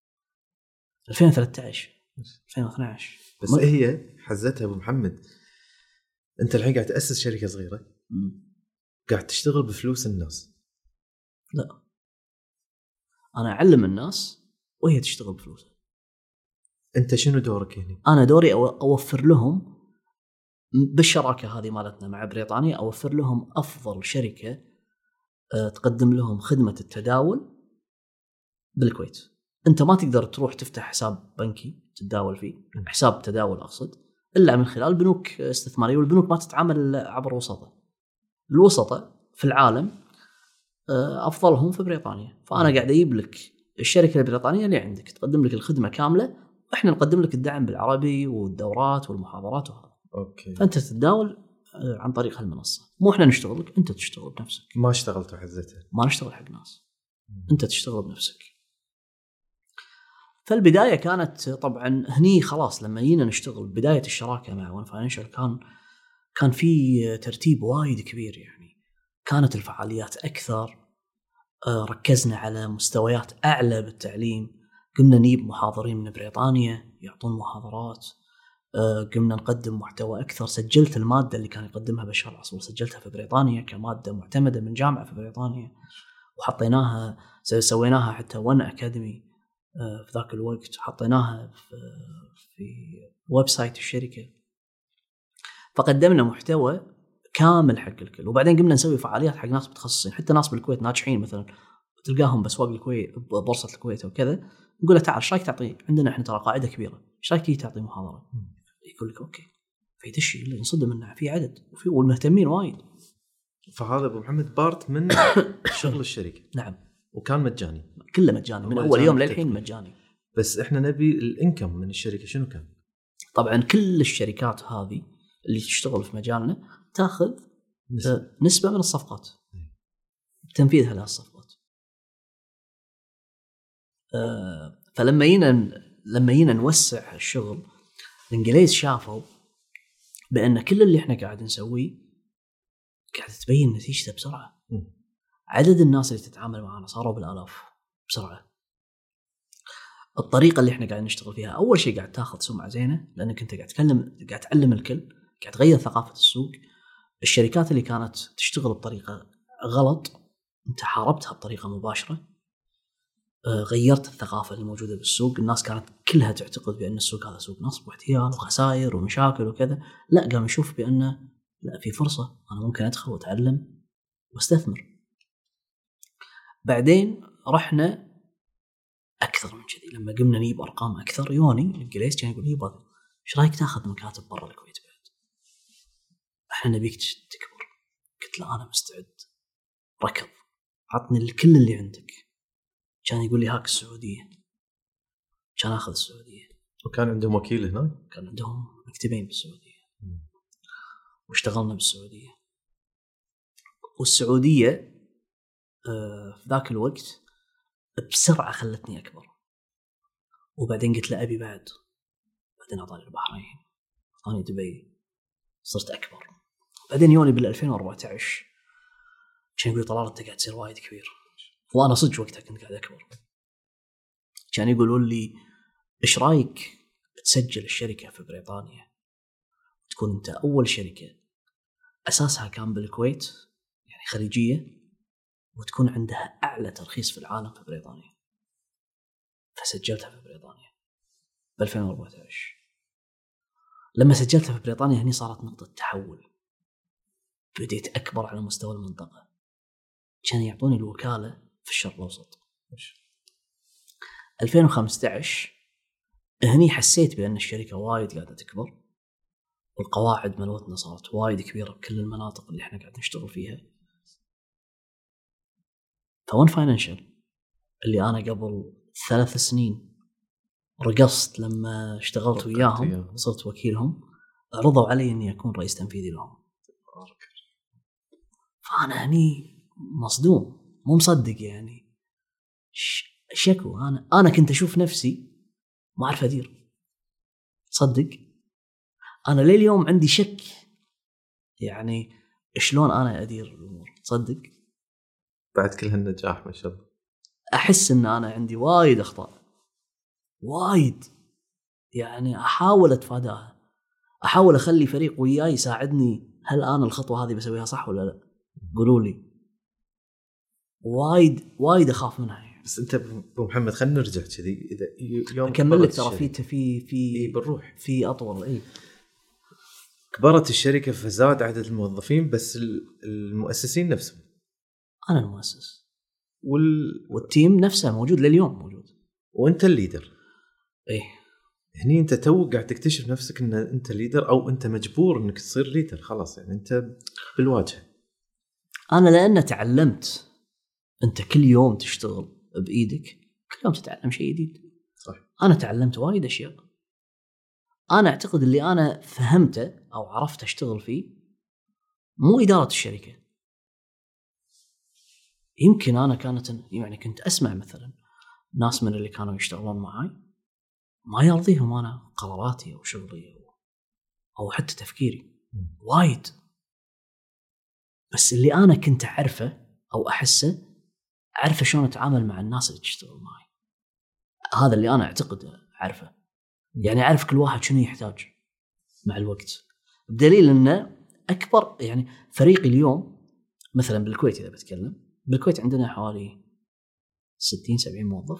2013 2012 بس هي حزتها أبو محمد. أنت الحين قاعد تأسس شركة صغيرة، قاعد تشتغل بفلوس الناس. لا، أنا أعلم الناس وهي تشتغل بفلوسها. أنت شنو دورك هنا؟ أنا دوري أوفر لهم بالشراكة هذه مالتنا مع بريطانيا، أوفر لهم أفضل شركة تقدم لهم خدمة التداول بالكويت. أنت ما تقدر تروح تفتح حساب بنكي تتداول فيه، حساب تداول أقصد، إلا من خلال بنوك استثمارية، والبنوك ما تتعامل عبر وسطة. الوسطة في العالم أفضلهم في بريطانيا. فأنا قاعد أجيب لك الشركة البريطانية اللي عندك تقدم لك الخدمة كاملة، وإحنا نقدم لك الدعم بالعربي والدورات والمحاضرات وهذا. أوكي. فأنت تتداول عن طريق هالمنصة، مو إحنا نشتغل لك، أنت تشتغل بنفسك. ما اشتغلت وحزتها، ما نشتغل حق ناس، أنت تشتغل بنفسك. فالبداية كانت طبعا هني خلاص، لما جينا نشتغل بداية الشراكة مع وان فاينانشال كان في ترتيب وايد كبير. يعني كانت الفعاليات أكثر، ركزنا على مستويات أعلى بالتعليم، قمنا نجيب محاضرين من بريطانيا يعطون محاضرات، قمنا نقدم محتوى أكثر. سجلت المادة اللي كان يقدمها بشار العصور، سجلتها في بريطانيا كمادة معتمدة من جامعة في بريطانيا، وحطيناها سويناها حتى ون أكاديمي في ذاك الوقت، حطيناها في ويب سايت الشركة. فقدمنا محتوى كامل حق الكل. وبعدين قمنا نسوي فعاليات حق ناس متخصصين، حتى ناس بالكويت ناجحين مثلا تلقاهم بسواق الكويت، بورصة الكويت وكذا، نقول له تعال ايش رايك تعطي، عندنا احنا ترى قاعدة كبيرة، ايش رايك تيجي تعطي محاضرة؟ يقول لك اوكي، فيدش اللي ينصدم انه في عدد وفي والمهتمين وايد. فهذا ابو محمد بارت من شغل الشركة. نعم، وكان مجاني، كله مجاني من اول يوم للحين مجاني. بس احنا نبي الانكم من الشركة شنو كان؟ طبعا كل الشركات هذه اللي تشتغل في مجالنا تاخذ نسبة من الصفقات، تنفيذها لها الصفقات. فلما جينا نوسع الشغل، الانجليز شافوا بأن كل اللي احنا قاعد نسويه قاعد تبين نتيجته بسرعة. عدد الناس اللي تتعامل معنا صاروا بالآلاف بسرعة. الطريقة اللي احنا قاعد نشتغل فيها، أول شيء قاعد تاخذ سمعة زينة، لأنك أنت قاعد تعلم الكل، قاعد تغير ثقافة السوق. الشركات اللي كانت تشتغل بطريقة غلط أنت حاربتها بطريقة مباشرة، غيرت الثقافة اللي موجودة بالسوق. الناس كانت كلها تعتقد بأن السوق هذا سوق نصب واحتيال وخسائر ومشاكل وكذا، لا، قام يشوف بأن لا، في فرصة، أنا ممكن أدخل وأتعلم واستثمر. بعدين رحنا أكثر من كذي، لما قمنا نجيب أرقام أكثر. يوني الإنجليز كان يقول يبغى إيش رأيك تأخذ مكاتب برا الكويت بعد، إحنا نبيك تكبر. قلت له أنا مستعد. ركض عطني كل اللي عندك. كان يقول لي هاك السعودية، كان أخذ السعودية. وكان عندهم وكيل هناك؟ كان عندهم مكتبين بالسعودية واشتغلنا بالسعودية. والسعودية في ذاك الوقت بسرعة خلتني أكبر. وبعدين قلت له أبي بعدين أعطاني البحرين، أعطاني دبي، صرت أكبر. بعدين يوني بال2014 كان يقول طلال أنت قاعد تصير وايد كبير، وأنا صدق وقتها كنت قاعد أكبر. كان يقولون لي إيش رأيك تسجل الشركة في بريطانيا، تكون أنت أول شركة أساسها كان بالكويت، يعني خليجية، وتكون عندها أعلى ترخيص في العالم في بريطانيا. فسجلتها في بريطانيا ب2014. لما سجلتها في بريطانيا هني صارت نقطة تحول، بديت أكبر على مستوى المنطقة. كان يعطوني الوكالة في الشرق الأوسط. 2015 هني حسيت بأن الشركة وايد قاعدة تكبر، والقواعد ملوتنا صارت وايد كبيرة بكل المناطق اللي احنا قاعد نشتغل فيها. فون فاينانشال اللي أنا قبل 3 سنين رقصت لما اشتغلت وياهم، صرت وكيلهم، عرضوا علي أني أكون رئيس تنفيذي لهم. فأنا هني مصدوم، مو مصدق يعني. شكو أنا كنت أشوف نفسي ما أعرف أدير. صدق أنا ليه اليوم عندي شك يعني شلون أنا أدير الأمور. صدق بعد كل هالنجاح ما شاء الله أحس أن أنا عندي وايد أخطاء، وايد، يعني أحاول أتفاداها، أحاول أخلي فريق وياي يساعدني. هل أنا الخطوة هذه بسويها صح ولا لا؟ قولوا لي. وايد أخاف منها يعني. بس أنت أبو محمد خلنا نرجع كذي. إذا يوم أكمل لك ترى في بالروح في أطول. كبرت الشركة فزاد عدد الموظفين، بس المؤسسين نفسهم. أنا المؤسس والتيم نفسه موجود لليوم موجود، وأنت الليدر. إيه هني أنت تو قاعد تكتشف نفسك إن أنت ليدر، أو أنت مجبور إنك تصير ليدر خلاص، يعني أنت بالواجهة. أنا لأن تعلمت، أنت كل يوم تشتغل بإيدك، كل يوم تتعلم شيء جديد. صح. أنا تعلمت وايد أشياء. أنا أعتقد اللي أنا فهمته أو عرفت أشتغل فيه مو إدارة الشركة. يمكن أنا كنت أسمع مثلا ناس من اللي كانوا يشتغلون معاي ما يرضيهم أنا قراراتي أو شغلي أو حتى تفكيري وايد. بس اللي أنا كنت أعرفه أو أحسه، أعرف شلون أتعامل مع الناس اللي تشتغل معي. هذا اللي أنا أعتقد أعرفه، يعني أعرف كل واحد شنو يحتاج مع الوقت. بدليل أنه أكبر، يعني فريقي اليوم مثلا بالكويت، إذا بتكلم بالكويت عندنا حوالي 60-70 موظف،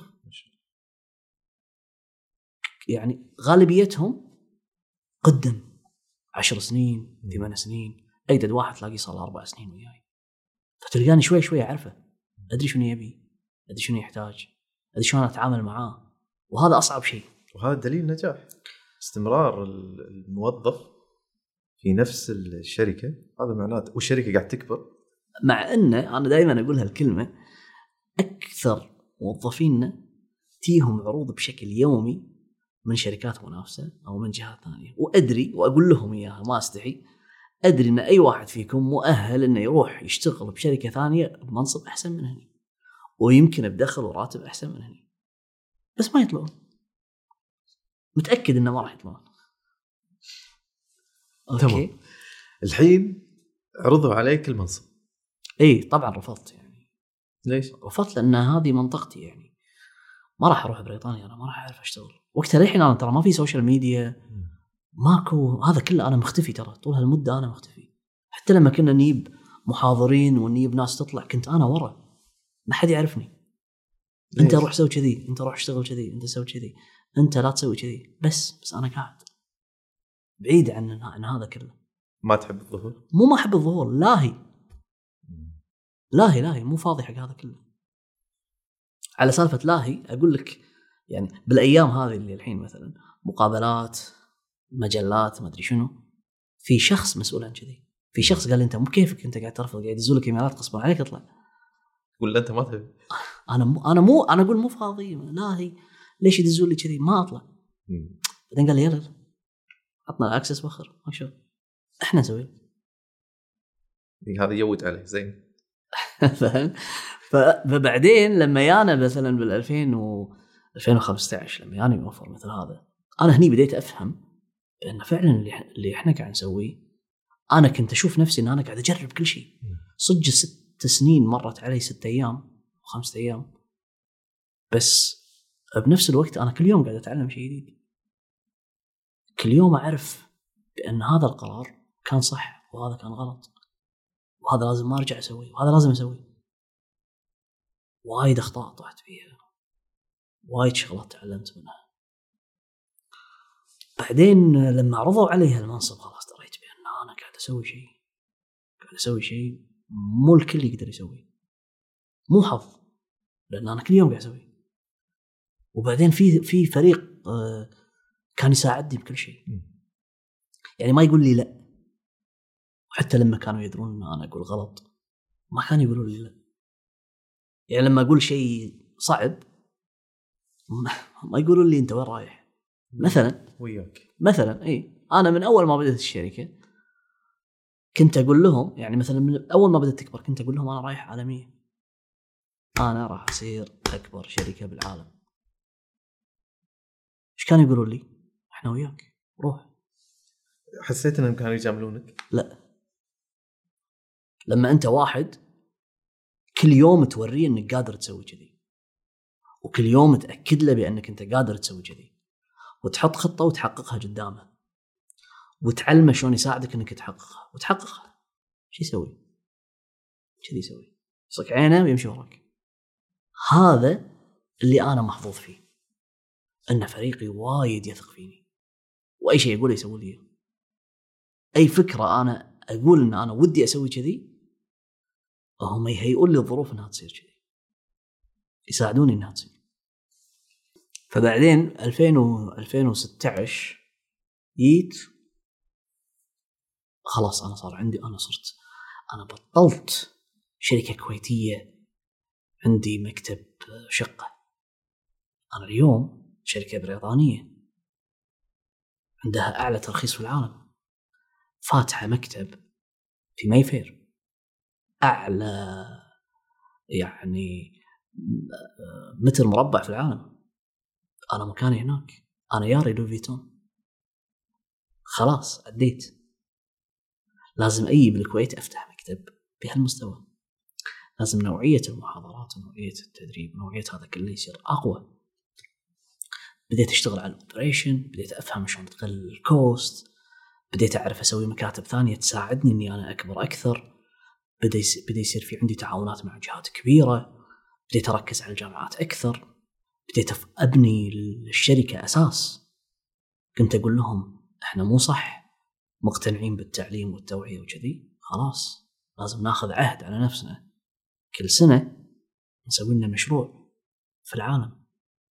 يعني غالبيتهم قدم 10 سنين 8 سنين، أجدد واحد تلاقيه صار 4 سنين وياي. فتلقاني شوي شوي أعرفه، أدري شنو يبي، أدري شنو يحتاج، أدري شلون أتعامل معاه. وهذا أصعب شيء، وهذا دليل نجاح. استمرار الموظف في نفس الشركة هذا معناته والشركة قاعد تكبر. مع أنه أنا دائما أقول هالكلمة، أكثر موظفيننا تيهم عروض بشكل يومي من شركات منافسة أو من جهات ثانية، وأدري وأقول لهم إياها ما أستحي، أدري أن أي واحد فيكم مؤهل أنه يروح يشتغل بشركة ثانية بمنصب أحسن من هني، ويمكن بدخل وراتب أحسن من هني، بس ما يطلعون. متأكد أنه ما راح يطلعون. تمام. الحين عرضوا عليك المنصب. إيه طبعا رفضت. يعني ليش؟ رفضت لأن هذه منطقتي، يعني ما راح أروح بريطانيا، أنا ما راح أعرف أشتغل وقتها. الحين أنا ترى ما في سوشيال ميديا، ماكو هذا كله، أنا مختفي ترى طول هالمدة أنا مختفي. حتى لما كنا نجيب محاضرين ونجيب ناس تطلع كنت أنا ورا، ما حد يعرفني. أنت روح سوي كذي، أنت روح اشتغل كذي، أنت سوي كذي، أنت لا تسوي كذي، بس أنا قاعد بعيد عن هذا كله. ما تحب الظهور؟ مو ما أحب الظهور، لاهي مو فاضي حق هذا كله. على سالفة لاهي أقول لك، يعني بالأيام هذه اللي الحين مثلا مقابلات مجلات ما أدري شنو، في شخص مسؤول عن كذي، في شخص قال لي أنت مو كيفك، أنت قاعد ترفض، قاعد يدزولك إيميلات غصبا عليك اطلع. ولا انت ما تبي؟ انا اقول مو فاضي، لا هي ليش يدزون لي كذي، ما اطلع. بعدين قال لي يلا عطنا الاكسس وخر ما شو احنا نسوي. هذا يود عليه زين. فاهم. فبعدين لما يانا مثلا بال 2015 لما يانا يوفر مثل هذا، انا هني بديت افهم ان فعلا اللي احنا قاعد نسويه، انا كنت اشوف نفسي ان انا قاعد اجرب كل شيء. صدق 6 سنين مرت علي 6 ايام و5 ايام، بس بنفس الوقت انا كل يوم قاعد اتعلم شيء جديد. كل يوم اعرف بان هذا القرار كان صح وهذا كان غلط، وهذا لازم ما ارجع اسويه وهذا لازم اسويه. وايد اخطاء طحت فيها، وايد شغلات تعلمت منها. بعدين لما عرضوا علي هالمنصب خلاص دريت بان انا قاعد اسوي شيء مو الكل يقدر يسويه، مو حظ، لان انا كل يوم قاعد اسوي. وبعدين في فريق كان يساعدني بكل شيء، يعني ما يقول لي لا. وحتى لما كانوا يدرون ان انا اقول غلط ما كانوا يقولوا لي لا. يعني لما اقول شيء صعب ما يقولوا لي انت وين رايح مثلا وياك. مثلا انا من اول ما بدأت الشركه كنت اقول لهم، يعني مثلا من اول ما بدأت تكبر كنت اقول لهم انا رايح عالميه، انا راح اصير اكبر شركه بالعالم. ايش كانوا يقولوا لي؟ احنا وياك روح. حسيت انهم كانوا يجاملونك؟ لا، لما انت واحد كل يوم توريه انك قادر تسوي كذي، وكل يوم تاكد له بانك انت قادر تسوي كذي، وتحط خطه وتحققها قدامه، وتعلمه شلون يساعدك انك تحققها، شو يسوي؟ كذي يسوي، يصك عينه ويمشي وراك. هذا اللي انا محظوظ فيه، ان فريقي وايد يثق فيني، واي شيء اقوله يسوي لي. اي فكره انا اقول ان انا ودي اسوي كذي، هم يهيئون لي الظروف انها تصير كذي، يساعدوني انها تصير. فبعدين 2016 جيت خلاص، انا صار عندي، انا بطلت شركه كويتيه عندي مكتب شقه. انا اليوم شركه بريطانيه عندها اعلى ترخيص في العالم، فاتحه مكتب في مايفير، اعلى يعني متر مربع في العالم. انا مكاني هناك، انا ياري لوي فيتون، خلاص عديت. لازم بالكويت افتح مكتب بهالمستوى، لازم نوعيه المحاضرات ونوعيه التدريب ونوعيه هذا كله يصير اقوى. بديت اشتغل على الاوبريشن، بديت افهم شلون تقلل الكوست، بديت اعرف اسوي مكاتب ثانيه تساعدني اني انا اكبر اكثر. بدا يصير في عندي تعاونات مع جهات كبيره، بديت اركز على الجامعات اكثر، بديت ابني الشركه اساس. كنت اقول لهم احنا مو صح مقتنعين بالتعليم والتوعيه وكذي، خلاص لازم ناخذ عهد على نفسنا، كل سنه نسوي لنا مشروع في العالم،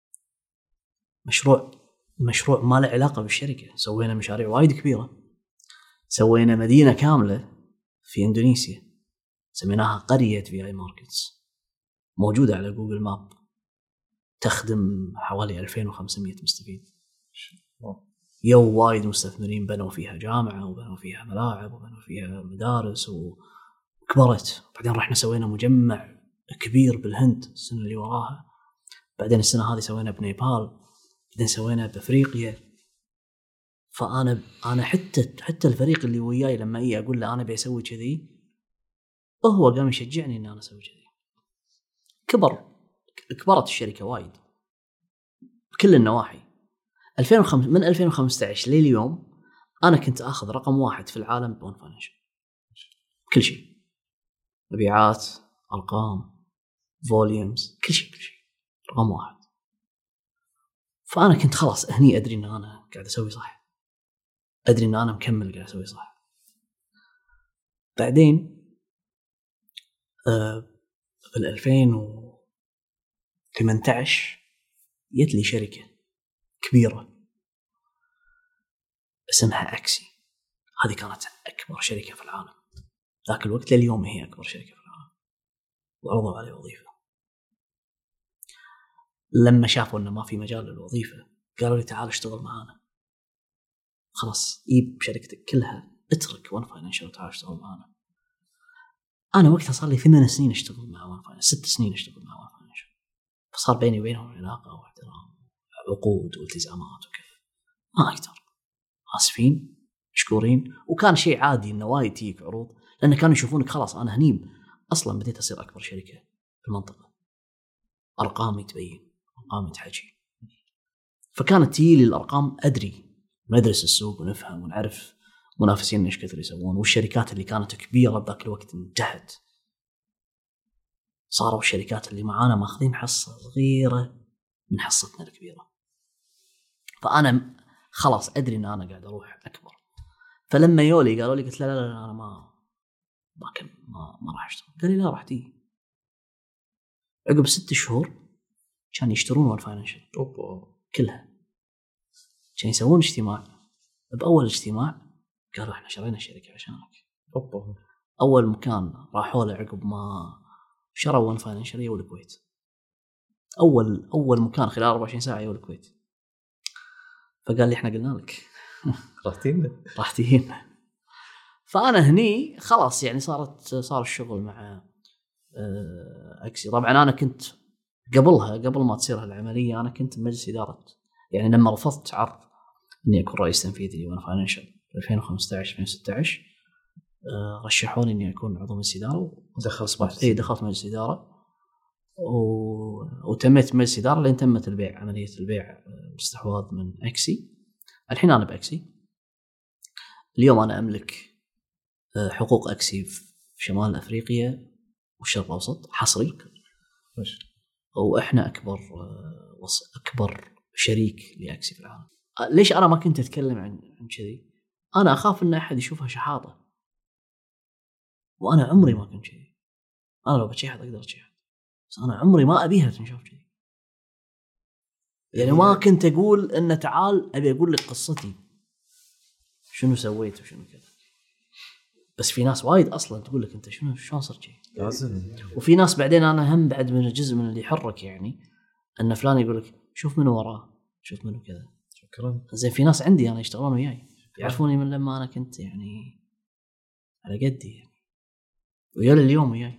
مشروع ما له علاقه بالشركه. سوينا مشاريع وايد كبيره، سوينا مدينه كامله في اندونيسيا سميناها قريه في اي ماركتس، موجوده على جوجل ماب، تخدم حوالي 2500 مستفيد. وايد مستثمرين بنوا فيها جامعه وبنوا فيها ملاعب وبنوا فيها مدارس وكبرت. بعدين رحنا سوينا مجمع كبير بالهند السنه اللي وراها، بعدين السنه هذه سوينا بنيبال، بعدين سوينا بافريقيا. فانا حتى الفريق اللي وياي لما اقول له انا بيسوي كذي، هو قام يشجعني ان انا اسوي كذي. كبرت الشركه وايد بكل النواحي. من 2015 لليوم انا كنت اخذ رقم 1 في العالم بون فاينانشال، كل شيء، مبيعات، ارقام، فوليومز، كل شيء رقم 1. فانا كنت خلاص هني ادري ان انا قاعد اسوي صح، ادري ان انا مكمل قاعد اسوي صح. بعدين في 2018 جت لي شركه كبيره اسمها اكسي. هذه كانت اكبر شركه في العالم ذاك الوقت، لليوم هي اكبر شركه في العالم، وعرضوا عليه وظيفة. لما شافوا أنه ما في مجال للوظيفة قالوا لي تعال اشتغل معانا، خلاص يب شركتك كلها، اترك وان فاينانشال وتعال اشتغل معانا. أنا وقتها صار لي 8 سنين اشتغل مع وان فاينانشال، 6 سنين اشتغل مع وان فاينانشال، فصار بيني وبينهم علاقة واحترام، عقود والتزامات وكذا. ما أقدر، آسفين، مشكورين. وكان شيء عادي إنه وايد تجيك عروض، لأن كانوا يشوفونك خلاص أنا هني أصلا بديت أصير أكبر شركة في المنطقة، أرقامي تبين، أرقامي تحكي. فكانت تجيلي الأرقام، أدري ندرس السوق ونفهم ونعرف منافسين إيش كثر يسوون، والشركات اللي كانت كبيرة بذاك الوقت انتهت، صاروا الشركات اللي معانا ماخذين حصة صغيرة من حصتنا الكبيرة. فأنا خلاص أدري إن أنا قاعد أروح أكبر. فلما يولي قالوا لي، قلت لا لا لا أنا ما راح أشتغل. قال لي لا راح تيجي. عقب 6 شهور كان يشترون وان فاينانشال كلها، كان يسوون اجتماع. بأول اجتماع قالوا إحنا شرينا الشركة عشانك. أول مكان راحوا له عقب ما شروا وان فاينانشال يو الكويت. أول مكان خلال 24 ساعة يو الكويت. فقال لي إحنا قلنا لك راح تيجينا. فأنا هني خلاص يعني صار الشغل مع أكسي. طبعا أنا كنت قبل ما تصير هالعملية أنا كنت مجلس إدارة، يعني لما رفضت عرض إني أكون رئيس تنفيذي وأنا فاينانشال في 2015-2016 رشحوني إني أكون عضو مجلس إدارة، دخلت مجلس إدارة وتميت مجلس إدارة لين تمت البيع، عملية البيع استحواذ من أكسي. الحين أنا بأكسي. اليوم أنا أملك حقوق أكسي في شمال أفريقيا والشرق الأوسط حصري، وإحنا أكبر شريك لأكسي في العالم. ليش أنا ما كنت أتكلم عن كذي؟ أنا أخاف إن أحد يشوفها شحاطة، وأنا عمري ما كنت كذي. أنا لو بتشحط أقدر أتشحط، بس أنا عمري ما أبيها تنشاف كذي. يعني ما كنت أقول إن تعال أبي أقول لك قصتي شنو سويت وشنو كذا. بس في ناس وايد أصلاً تقول لك أنت شلون صرت شيء لازم. وفي ناس بعدين أنا هم بعد من الجزء من اللي يحرك، يعني أن فلان يقول لك شوف منو وراه، شوف منو كذا. شكراً. زين في ناس عندي أنا يشتغلون وياي يعرفوني من لما أنا كنت يعني على قدي يعني، ويا اليوم وياي.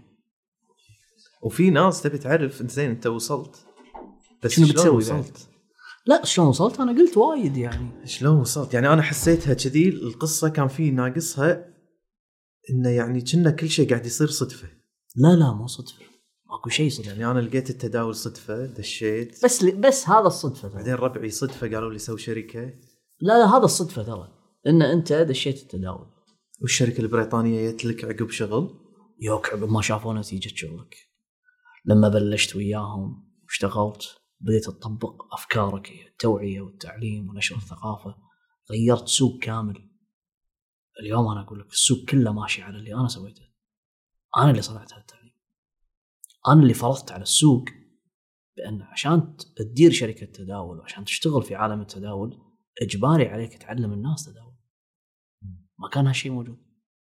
وفي ناس تبي تعرف أنت زين أنت وصلت، بس شنو بتسوي وصلت؟ لا شلون وصلت؟ أنا قلت وايد يعني شلون وصلت. يعني أنا حسيتها كذي القصة كان فيه ناقصها، إنه يعني كنا كل شيء قاعد يصير صدفة. لا مو صدفة، ماكو شيء صدفة. يعني أنا لقيت التداول صدفة، دشيت بس هذا الصدفة. بعدين ربعي صدفة قالوا لي سوي شركة. لا هذا الصدفة ترى، إن أنت دشيت التداول والشركة البريطانية جت عقب شغل يوك، عقب ما شافوا نتيجة شغلك. لما بلشت وياهم واشتغلت بديت تطبق أفكارك، التوعية والتعليم ونشر الثقافة، غيرت سوق كامل. اليوم أنا أقول لك السوق كله ماشي على اللي أنا سويته. أنا اللي صنعت هالتعليم، أنا اللي فرضت على السوق بأن عشان تدير شركة تداول وعشان تشتغل في عالم التداول إجباري عليك تعلم الناس تداول. ما كان هالشيء موجود.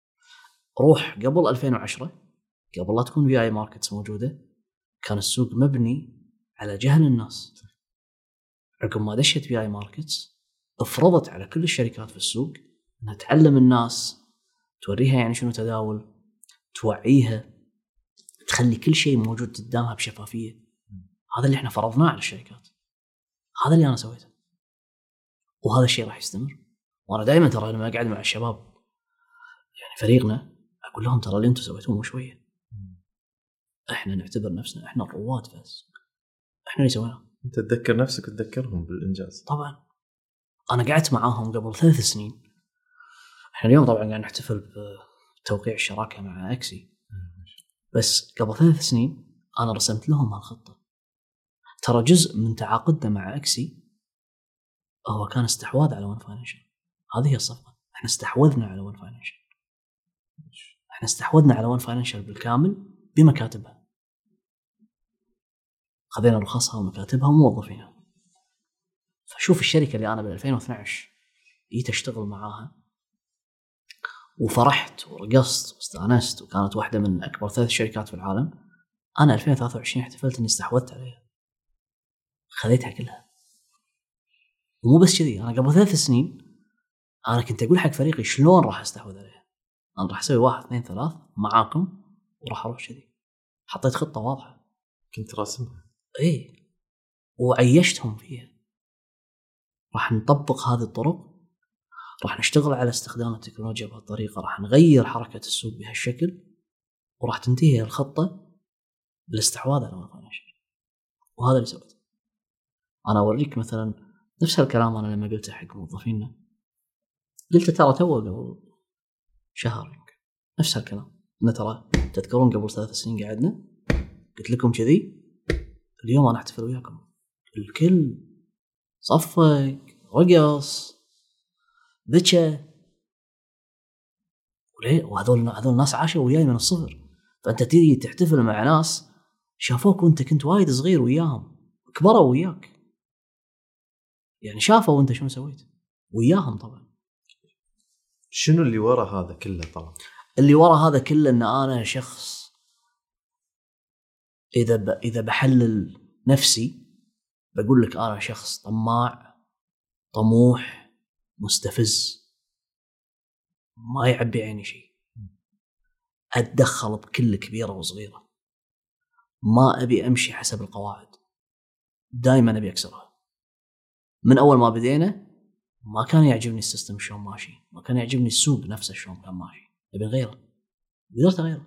روح قبل 2010، قبل لا تكون VI Markets موجودة، كان السوق مبني على جهل الناس. عقب ما دشت VI Markets افرضت على كل الشركات في السوق أنها تعلم الناس، توريها يعني شنو تداول، توعيها، تخلي كل شيء موجود قدامها بشفافية. هذا اللي احنا فرضناه على الشركات، هذا اللي أنا سويته، وهذا الشيء راح يستمر. وأنا دائما ترى لما أقعد مع الشباب يعني فريقنا أقول لهم ترى اللي أنتم سويتوه مو شوية، احنا نعتبر نفسنا احنا الرواد في السوق، احنا اللي سويناه. انت تذكر نفسك وتذكرهم بالانجاز. طبعا انا قعدت معاهم قبل 3 سنين. احنا اليوم طبعا قاعد نحتفل بتوقيع الشراكه مع اكسي، بس قبل 3 سنين انا رسمت لهم هالخطه. ترى جزء من تعاقدنا مع اكسي هو كان استحواذ على وان فاينانشال. هذه هي الصفقه، احنا استحوذنا على وان فاينانشال. احنا استحوذنا على وان فاينانشال بالكامل بمكاتبها، خذينا رخصها ومكاتبها وموظفينها. فشوف الشركة اللي أنا بال2012 جيت أشتغل معاها وفرحت ورقصت واستانست، وكانت واحدة من أكبر 3 شركات في العالم، انا 2023 احتفلت اني استحوذت عليها، خذيتها كلها. ومو بس كذي، انا قبل 3 سنين انا كنت اقول حق فريقي شلون راح استحوذ عليها. انا راح اسوي 1 2 3 معاكم وراح اروح كذي. حطيت خطه واضحه، كنت راسمها. ايه، وعيشتهم فيها. راح نطبق هذه الطرق، راح نشتغل على استخدام التكنولوجيا بهالطريقه، راح نغير حركه السوق بهالشكل، وراح تنتهي الخطه بالاستحواذ على الفاينانشال. وهذا اللي سويته. انا اوريك مثلا نفس هالكلام انا لما قلته حق موظفينا، قلت ترى تو قبل شهر يمكن نفس هالكلام، إن ترى تذكرون قبل 3 سنين قعدنا قلت لكم كذي، اليوم انا احتفل وياكم. الكل صفق، رقص، ذكى، وهذول ناس عاشوا وياي من الصفر. فانت تيجي تحتفل مع ناس شافوك وانت كنت وايد صغير وياهم، كبروا وياك، يعني شافوا وانت شنو سويت وياهم. طبعا شنو اللي ورا هذا كله؟ طبعا اللي ورا هذا كله ان انا شخص اذا بحلل نفسي بقول لك انا شخص طماع، طموح، مستفز، ما يعبي عيني شيء، اتدخل بكل كبيره وصغيره، ما ابي امشي حسب القواعد، دائما ابي اكسرها. من اول ما بدينا ما كان يعجبني السيستم شلون ماشي، ما كان يعجبني السوق نفسه شلون كان ماشي، ابي اغيره، قدرت اغيره.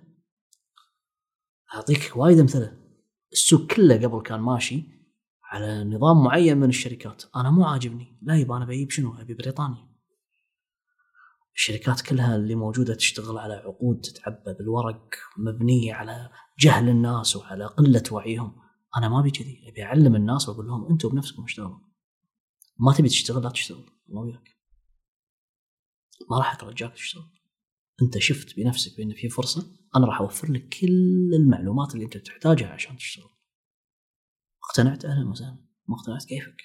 اعطيك وايد امثله. السوق كله قبل كان ماشي على نظام معين من الشركات، انا مو عاجبني، لا يبقى انا بجيب شنو؟ ابي بريطانيا. الشركات كلها اللي موجوده تشتغل على عقود تتعبى بالورق، مبنيه على جهل الناس وعلى قله وعيهم. انا ما ابي كذي، ابي اعلم الناس واقول لهم انتم بنفسكم اشتغلوا، ما تبي تشتغل لا تشتغل، الله وياك، ما راح اترجاك تشتغل. انت شفت بنفسك بان في فرصه، انا راح اوفر لك كل المعلومات اللي انت تحتاجها عشان تشتغل. اقتنعت؟ اهلا وسهلا. ما اقتنعت كيفك.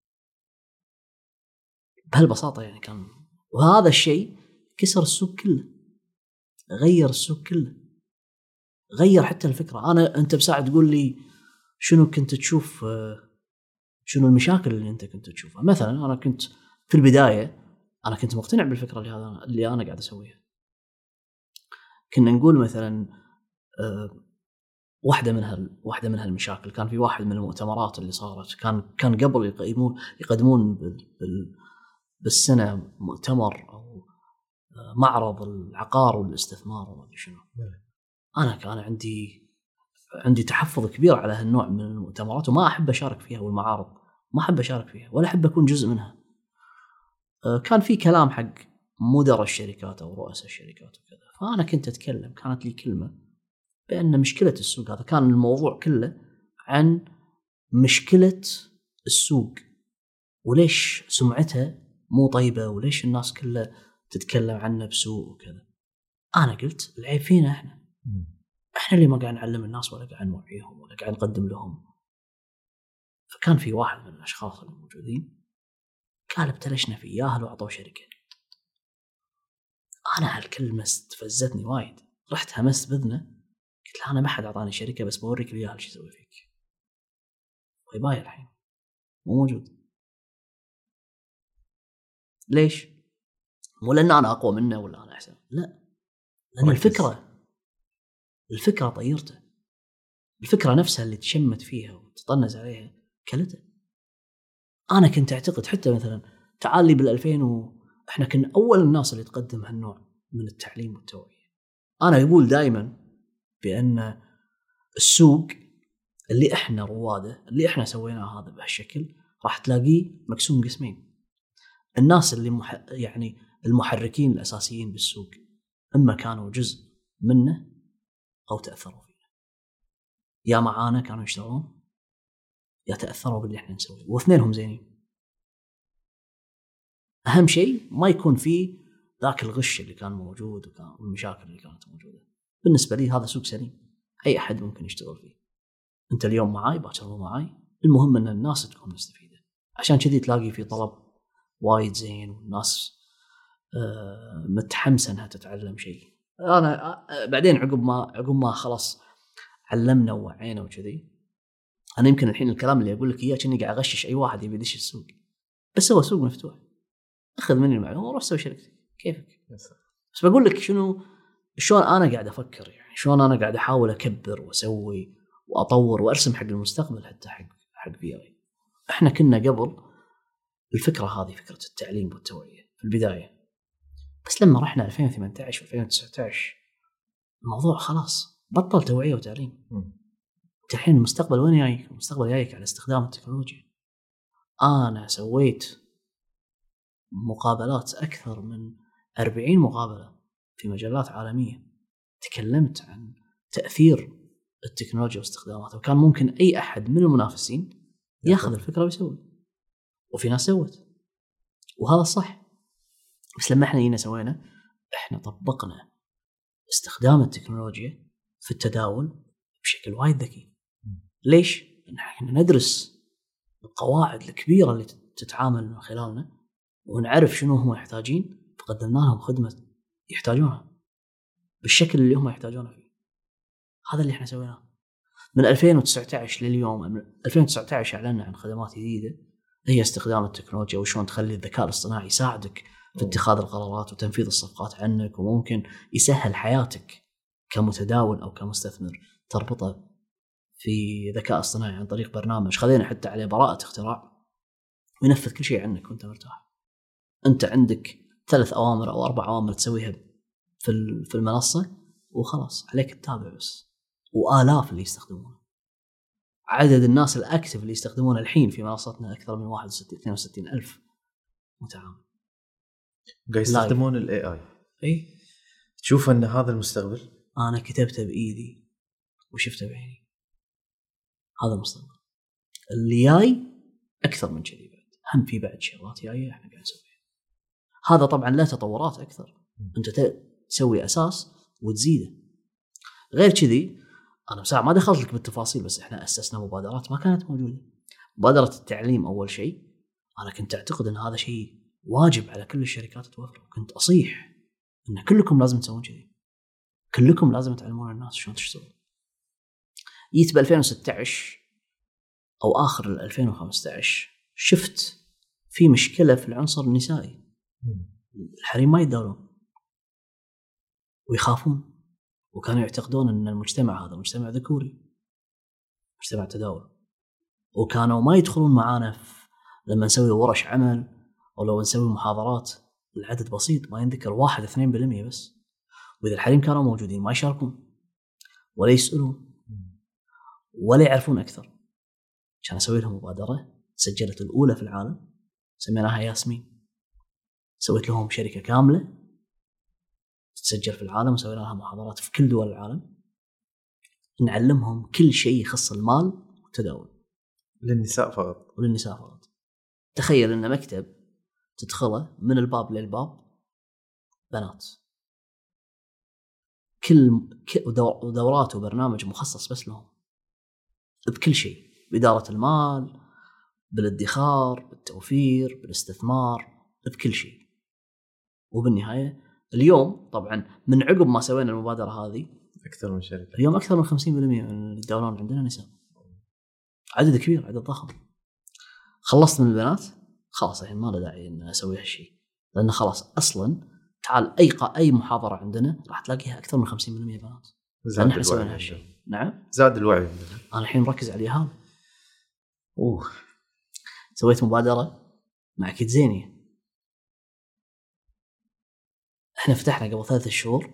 بهالبساطه يعني كان. وهذا الشيء كسر السوق كله، غير السوق كله، غير حتى الفكره. انت بساعة تقول لي شنو كنت تشوف، شنو المشاكل اللي انت كنت تشوفها. مثلا انا كنت في البدايه انا كنت مقتنع بالفكره اللي انا قاعد اسويها. كنا نقول مثلا واحده من هالمشاكل، كان في واحد من المؤتمرات اللي صارت، كان قبل يقدمون بالسنه مؤتمر او معرض العقار والاستثمار وما ادري شنو. انا كان عندي تحفظ كبير على هالنوع من المؤتمرات، وما احب اشارك فيها، والمعارض ما احب اشارك فيها ولا احب اكون جزء منها. كان في كلام حق مدراء الشركات او رؤساء الشركات وكذا، فانا كنت اتكلم، كانت لي كلمه بان مشكله السوق هذا، كان الموضوع كله عن مشكله السوق وليش سمعتها مو طيبه، وليش الناس كلها تتكلم عنه بسوء وكذا. انا قلت العيب فينا احنا اللي ما قاعد نعلم الناس ولا قاعد نوعيهم ولا قاعد نقدم لهم. فكان في واحد من الاشخاص اللي موجودين قال ابتلشنا في ياهل واعطوه شركه. انا هالكلمه استفزتني وايد، رحت همست بذنه، قلت له انا ما حد اعطاني شركه، بس بوريك الياهل شو يسوي فيك. باي الحين مو موجود. ليش؟ مو لان انا اقوى منه ولا انا احسن، لا، لان الفكره طيرته، الفكره نفسها اللي تشمت فيها وتطنز عليها كلته. انا كنت اعتقد حتى مثلا تعال لي بال2000 احنا كنا اول الناس اللي تقدم هالنوع من التعليم والتوعيه. انا اقول دائما بان السوق اللي احنا رواده، اللي احنا سويناه هذا بهالشكل، راح تلاقيه مقسوم قسمين. الناس اللي يعني المحركين الاساسيين بالسوق، اما كانوا جزء منه او تاثروا فيه، يا معانا كانوا يشتغلون يا تاثروا باللي احنا نسويه، واثنينهم زينين. اهم شيء ما يكون فيه ذاك الغش اللي كان موجود والمشاكل اللي كانت موجوده. بالنسبه لي هذا سوق سليم، اي احد ممكن يشتغل فيه. انت اليوم معاي باكر مو معاي، المهم ان الناس تكون مستفيده. عشان كذي تلاقي في طلب وايد زين، والناس متحمسه انها تتعلم شيء. انا بعدين عقب ما خلاص علمنا ووعينا وكذي. انا يمكن الحين الكلام اللي اقول لك اياه كني قاعد اغشش اي واحد يبي يدش السوق، بس هو سوق مفتوح، اخذ مني المعلومه وروح سوي شركتك كيفك. بس بقول لك شلون انا قاعد افكر، يعني شلون انا قاعد احاول اكبر واسوي واطور وارسم حق المستقبل، حتى حق بي اي. احنا كنا قبل الفكره هذه، فكره التعليم والتوعيه في البدايه، بس لما رحنا 2018 و2019 الموضوع خلاص بطل توعيه وتعليم. الحين المستقبل وين جايك؟ المستقبل جايك على استخدام التكنولوجيا. انا سويت مقابلات اكثر من 40 مقابله في مجلات عالميه تكلمت عن تاثير التكنولوجيا واستخداماتها، وكان ممكن اي احد من المنافسين ياخذ الفكره ويسوي، وفي ناس سوت، وهذا الصح. بس لما احنا سوينا، احنا طبقنا استخدام التكنولوجيا في التداول بشكل وايد ذكي. ليش؟ احنا ندرس القواعد الكبيره اللي تتعامل من خلالنا، ونعرف شنو هم يحتاجين، فقدمنا لهم خدمه يحتاجونها بالشكل اللي هم يحتاجونه فيه. هذا اللي احنا سويناه من 2019 لليوم. 2019 اعلنا عن خدمات جديده هي استخدام التكنولوجيا، وشون تخلي الذكاء الاصطناعي يساعدك في اتخاذ القرارات وتنفيذ الصفقات عنك، وممكن يسهل حياتك كمتداول او كمستثمر، تربطه في ذكاء اصطناعي عن طريق برنامج خذينا حتى عليه براءة اختراع وينفذ كل شيء عنك وانت مرتاح. انت عندك 3 أوامر أو 4 أوامر تسويها في المنصة وخلاص، عليك تتابع بس. وآلاف اللي يستخدمونه، عدد الناس الأكتف اللي يستخدمونه الحين في منصتنا أكثر من 62 ألف متعامل قاعد يستخدمون ال AI. اي تشوف ان هذا المستقبل؟ انا كتبته بايدي وشفته بعيني، هذا المستقبل اللي جاي اكثر من كذي. بعد هم في بعد شغلات جايه احنا قاعد نسويها. هذا طبعا له تطورات اكثر، انت تسوي اساس وتزيده. غير كذي انا بصراحه ما دخلت لك بالتفاصيل، بس احنا اسسنا مبادرات ما كانت موجوده. مبادره التعليم اول شيء، انا كنت اعتقد ان هذا شيء واجب على كل الشركات توفره، كنت اصيح ان كلكم لازم تسوون كذي، كلكم لازم تعلمون الناس شلون تشتغل. جيت ب 2016 او اخر 2015 شفت في مشكله في العنصر النسائي. الحريم ما يتداولون ويخافون، وكانوا يعتقدون ان المجتمع هذا مجتمع ذكوري، مجتمع تداول، وكانوا ما يدخلون معانا لما نسوي ورش عمل او لو نسوي محاضرات. العدد بسيط، ما ينذكر 1-2% بس. واذا الحريم كانوا موجودين ما يشاركون ولا يسألون ولا يعرفون اكثر. كان اسوي لهم مبادره سجلت الاولى في العالم، سميناها ياسمين. سويت لهم شركه كامله تسجل في العالم، وسوينا لها محاضرات في كل دول العالم، نعلمهم كل شيء يخص المال والتداول للنساء فقط. وللنساء فقط. تخيل ان مكتب تدخله من الباب للباب بنات، كل دورات وبرنامج مخصص بس لهم بكل شيء، بإدارة المال، بالادخار، بالتوفير، بالاستثمار، بكل شيء. وبالنهاية اليوم طبعا من عقب ما سوينا المبادرة هذه أكثر من شركة، اليوم أكثر من 50% من اللي يداولون عندنا نساء. عدد كبير، عدد ضخم. خلصت من البنات، خلاص الحين ما له داعي إن أسوي هالشيء، لأن خلاص أصلا تعال أي محاضرة عندنا راح تلاقيها أكثر من 50% بنات. زاد الوعي. هالشيء. نعم، زاد الوعي. أنا الحين مركز على اليهال. سويت مبادرة مع كيدزينيا. احنا فتحنا قبل 3 شهور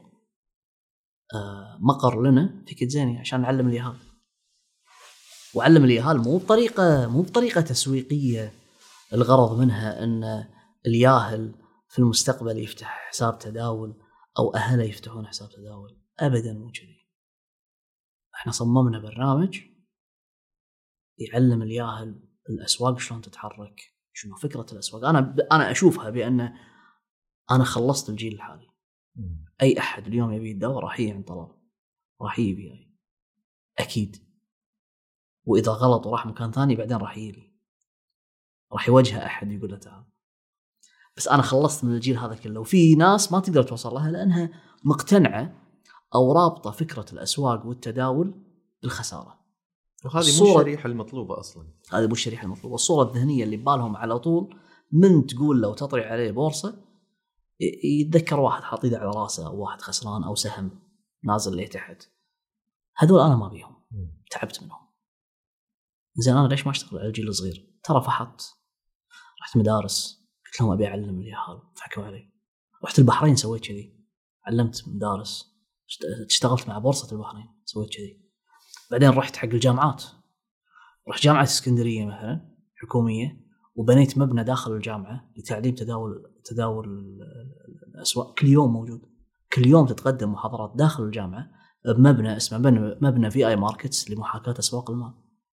مقر لنا في كيدزينيا عشان نعلم اليهال. وعلم اليهال مو بطريقة تسويقية الغرض منها ان الياهل في المستقبل يفتح حساب تداول او اهله يفتحون حساب تداول، ابدا مو كذي. احنا صممنا برنامج يعلم الياهل الاسواق شلون تتحرك، شنو فكرة الاسواق. انا اشوفها بان انا خلصت الجيل الحالي. اي احد اليوم يبي يتداول راح يجي عن طلب، راح يبي اكيد. واذا غلط وراح مكان ثاني بعدين راح يجي، راح يواجه احد يقول له تعال. بس انا خلصت من الجيل هذا كله. وفي ناس ما تقدر توصل لها لانها مقتنعه او رابطه فكره الاسواق والتداول بالخساره. وهذه مو الشريحه المطلوبه اصلا. هذه مو الشريحه المطلوبه. الصوره الذهنيه اللي ببالهم على طول من تقول لو تطري عليه بورصه يتذكر واحد حاط ايده على راسه او واحد خسران او سهم نازل ليه تحت. هذول انا ما بيهم، تعبت منهم. زين انا ليش ما اشتغل على الجيل الصغير؟ ترى فحطت، رحت مدارس قلت لهم ابي اعلم اليهال، ضحكوا علي. رحت البحرين سويت كذي، علمت مدارس، اشتغلت مع بورصه البحرين سويت كذي. بعدين رحت حق الجامعات، رحت جامعه اسكندريه مثلا حكوميه وبنيت مبنى داخل الجامعه لتعليم تداول الاسواق. كل يوم موجود، كل يوم تتقدم محاضرات داخل الجامعه بمبنى اسمه مبنى في اي ماركتس لمحاكاه اسواق المال.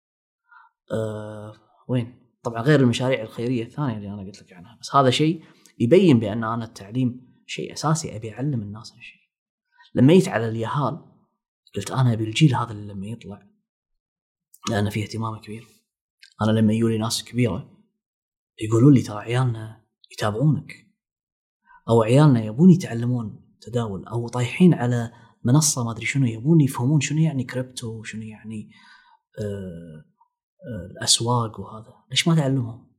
وين طبعا غير المشاريع الخيريه الثانيه اللي انا قلت لك عنها. بس هذا شيء يبين بان انا التعليم شيء اساسي، ابي اعلم الناس هالشيء. لما جيت على اليهال قلت انا ابي الجيل هذا اللي لما يطلع، لان فيه اهتمام كبير. انا لما يجوا لي ناس كبيره يقولوا لي ترى عيالنا يتابعونك، او عيالنا يبون يتعلمون تداول، او طايحين على منصه ما ادري شنو يبون يفهمون شنو يعني كريبتو، شنو يعني الاسواق وهذا، ليش ما تعلمهم؟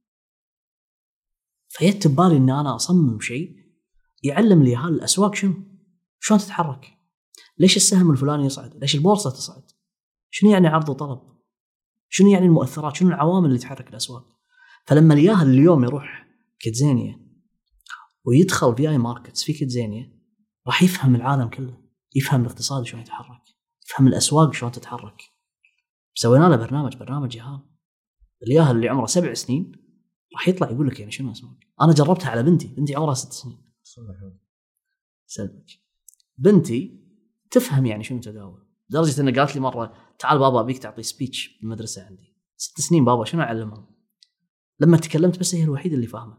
فيت ببالي ان انا اصمم شيء يعلم لي هالاسواق شلون تتحرك، ليش السهم الفلاني يصعد، ليش البورصه تصعد، شنو يعني عرض وطلب، شنو يعني المؤثرات، شنو العوامل اللي تحرك الاسواق. فلما الياهل اليوم يروح كيتزينيا ويدخل في اي ماركتس في كيتزينيا راح يفهم العالم كله، يفهم الاقتصاد شلون يتحرك، يفهم الاسواق شلون تتحرك. سوينا له برنامج ياهل. الياهل اللي عمره 7 سنين راح يطلع يقول لك يعني شنو اسواق. انا جربتها على بنتي عمرها 6 سنين. سلمك بنتي تفهم يعني شنو تداول، لدرجه انها قالت لي مره تعال بابا ابيك تعطي سبيتش بالمدرسه عندي. 6 سنين بابا شنو اعلمهم؟ لما تكلمت بس هي الوحيده اللي فاهمه.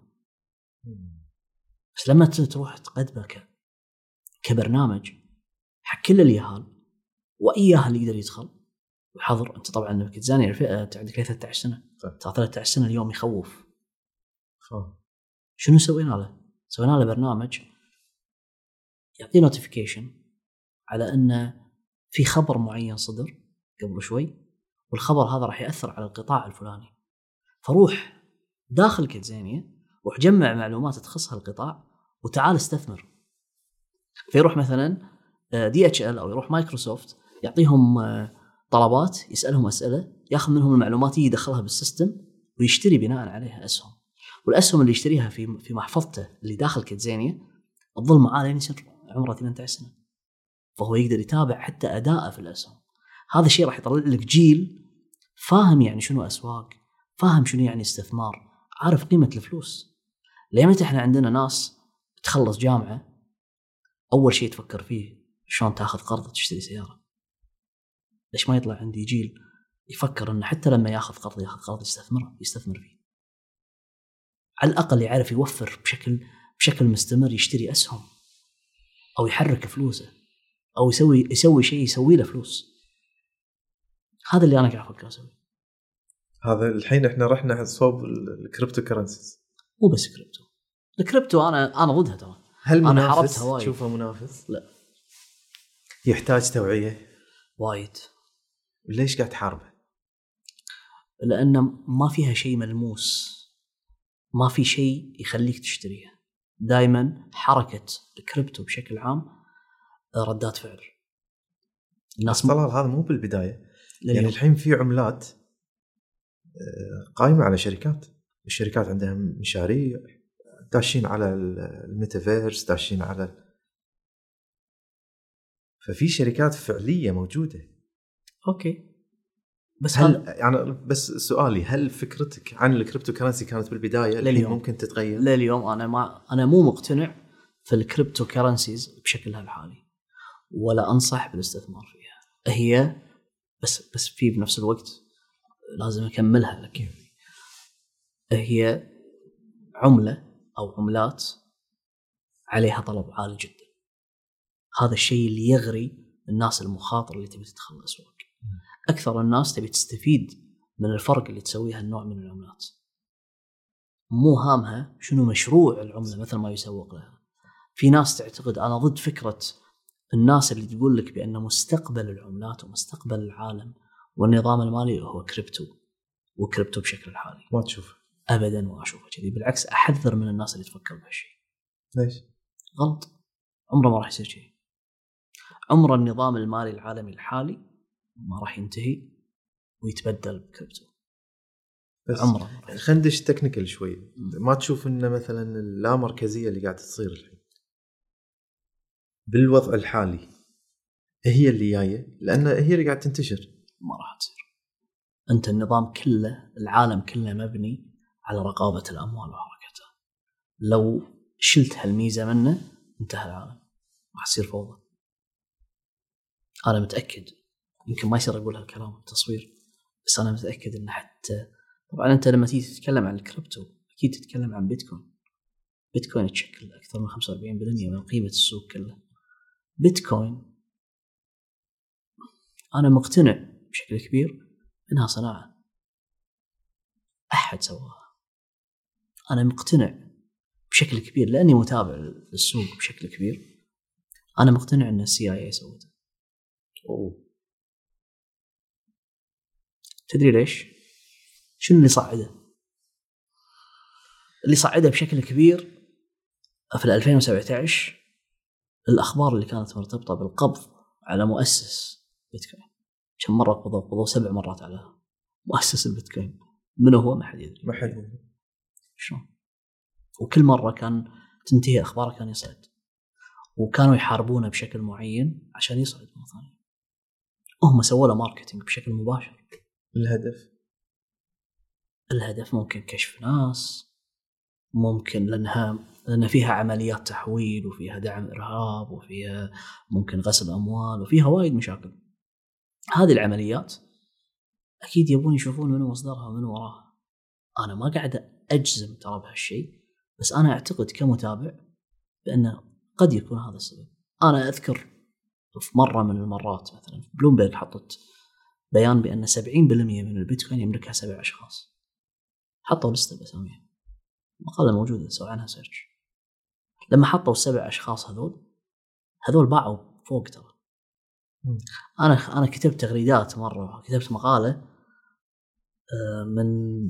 بس لما تروح تقدمه كبرنامج حق كل اليهال، واي ياهل يقدر يدخل ويحضر. انت طبعا انك تزاني الفئه عندك 13 سنه، 13 سنه اليوم يخوف. شنو سوينا له برنامج يعطي نوتيفيكيشن على ان في خبر معين صدر قبل شوي، والخبر هذا راح ياثر على القطاع الفلاني. فروح داخل كيتزينيا، روح جمع معلومات تخص هالقطاع وتعال استثمر. فيروح مثلا DHL او يروح مايكروسوفت يعطيهم طلبات، يسالهم اسئله، ياخذ منهم المعلومات يدخلها بالسيستم ويشتري بناء عليها اسهم. والاسهم اللي يشتريها في محفظته اللي داخل كيتزينيا تظل معاه لين يصير عمره 18 سنه، فهو يقدر يتابع حتى اداءه في الاسهم. هذا الشيء راح يطلع لك جيل فاهم يعني شنو اسواق، فاهم شنو يعني استثمار، عارف قيمه الفلوس. لما احنا عندنا ناس تخلص جامعه اول شيء تفكر فيه شلون تاخذ قرض تشتري سياره. ليش ما يطلع عندي جيل يفكر انه حتى لما ياخذ قرض يستثمر فيه، على الاقل يعرف يوفر بشكل مستمر، يشتري اسهم او يحرك فلوسه او يسوي شيء يسوي له فلوس. هذا اللي انا قاعد افكر اسويه. هذا الحين احنا رحنا صوب الكريبتو كرنسيز. مو بس الكريبتو انا ضدها ترى. هل انا حاربتها وايد. تشوفه منافس؟ لا، يحتاج توعيه وايد. ليش قاعد تحاربه؟ لأن ما فيها شيء ملموس، ما في شيء يخليك تشتريها. دائما حركة الكريبتو بشكل عام ردات فعل الناس. طلال هذا مو بالبداية، يعني الحين في عملات قائمة على شركات، الشركات عندها مشاريع داشين على الميتافيرس، داشين على، ففي شركات فعلية موجودة. اوكي، بس هل يعني بس سؤالي، هل فكرتك عن الكريبتو كرنسي كانت بالبداية الحين ممكن تتغير؟ لا، اليوم انا مو مقتنع في الكريبتو كرنسيز بشكلها الحالي، ولا انصح بالاستثمار فيها. هي بس في بنفس الوقت لازم اكملها لك. هي عملة او عملات عليها طلب عالي جدا. هذا الشيء اللي يغري الناس المخاطر اللي تبي تدخل الاسواق. أكثر الناس تبي تستفيد من الفرق اللي تسويها النوع من العملات، مو هامها شنو مشروع العملة مثل ما يسوق لها. في ناس تعتقد، أنا ضد فكرة الناس اللي تقول لك بأن مستقبل العملات ومستقبل العالم والنظام المالي هو كريبتو، وكريبتو بشكل الحالي. ما تشوف أبدا ما أشوفه كذي، بالعكس أحذر من الناس اللي تفكر بهالشيء. ليش؟ غلط، عمره ما راح يصير شيء. عمر النظام المالي العالمي الحالي ما راح ينتهي ويتبدل بكريبتو. عمره. خندش تكنيكال شوي. ما تشوف إن مثلا اللامركزية اللي قاعدة تصير الحين بالوضع الحالي هي اللي جاية، لأن هي اللي قاعدة تنتشر؟ ما راح تصير. أنت النظام كله، العالم كله مبني على رقابة الأموال وحركتها. لو شلت هالميزة منه انتهى العالم، راح يصير فوضى. أنا متأكد، يمكن ما يصير أقول هالكلام التصوير، بس أنا متأكد إن حتى طبعا أنت لما تيجي تتكلم عن الكريبتو أكيد تتكلم عن بيتكوين. بيتكوين تشكل أكثر من 45% من قيمة السوق كله. بيتكوين أنا مقتنع بشكل كبير إنها صناعة أحد سواها. أنا مقتنع بشكل كبير لأني متابع للسوق بشكل كبير. أنا مقتنع إن CIA سوته. تدري ليش؟ شنو اللي صعده؟ اللي صعده بشكل كبير في 2017 الأخبار اللي كانت مرتبطة بالقبض على مؤسس بيتكوين. كم مرة قضوا 7 مرات على مؤسس البيتكوين. منو هو؟ ما حد يدري. ما حد يدري. شلون؟ وكل مرة كان تنتهي أخباره كان يصعد، وكانوا يحاربونه بشكل معين عشان يصعد مرة ثانية. هم سووا له ماركتينج بشكل مباشر. الهدف ممكن كشف ناس، ممكن لأن فيها عمليات تحويل، وفيها دعم إرهاب، وفيها ممكن غسل أموال، وفيها وايد مشاكل. هذه العمليات أكيد يبون يشوفون منو مصدرها ومنو وراها. أنا ما قاعد أجزم ترى بهالشيء، بس أنا أعتقد كمتابع بأنه قد يكون هذا السبب. أنا أذكر في مرة من المرات مثلا بلومبرج حطت بيان بأن 70% من البيتكوين يملكها 7 أشخاص. حطوا لستة بأساميها، مقالة موجودة، سووا عنها سيرش. لما حطوا 7 أشخاص هذول باعوا فوق ترى. أنا كتبت تغريدات مرة، كتبت مقالة من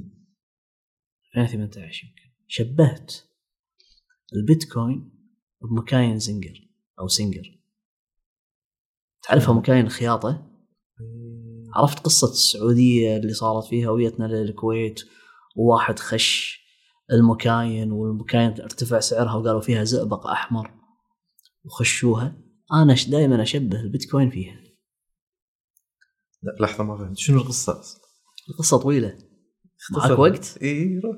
2018 يمكن، شبهت البيتكوين بمكاين زنجر أو سنجر. تعرفها مكاين خياطة؟ عرفت قصة السعودية اللي صارت فيها هويتنا للكويت، وواحد خش المكاين والمكاين ارتفع سعرها وقالوا فيها زئبق أحمر وخشوها. أنا دائما أشبه البيتكوين فيها. لا لحظة، ما فهمت شنو القصة. القصة طويلة، معك وقت؟ إيه روح.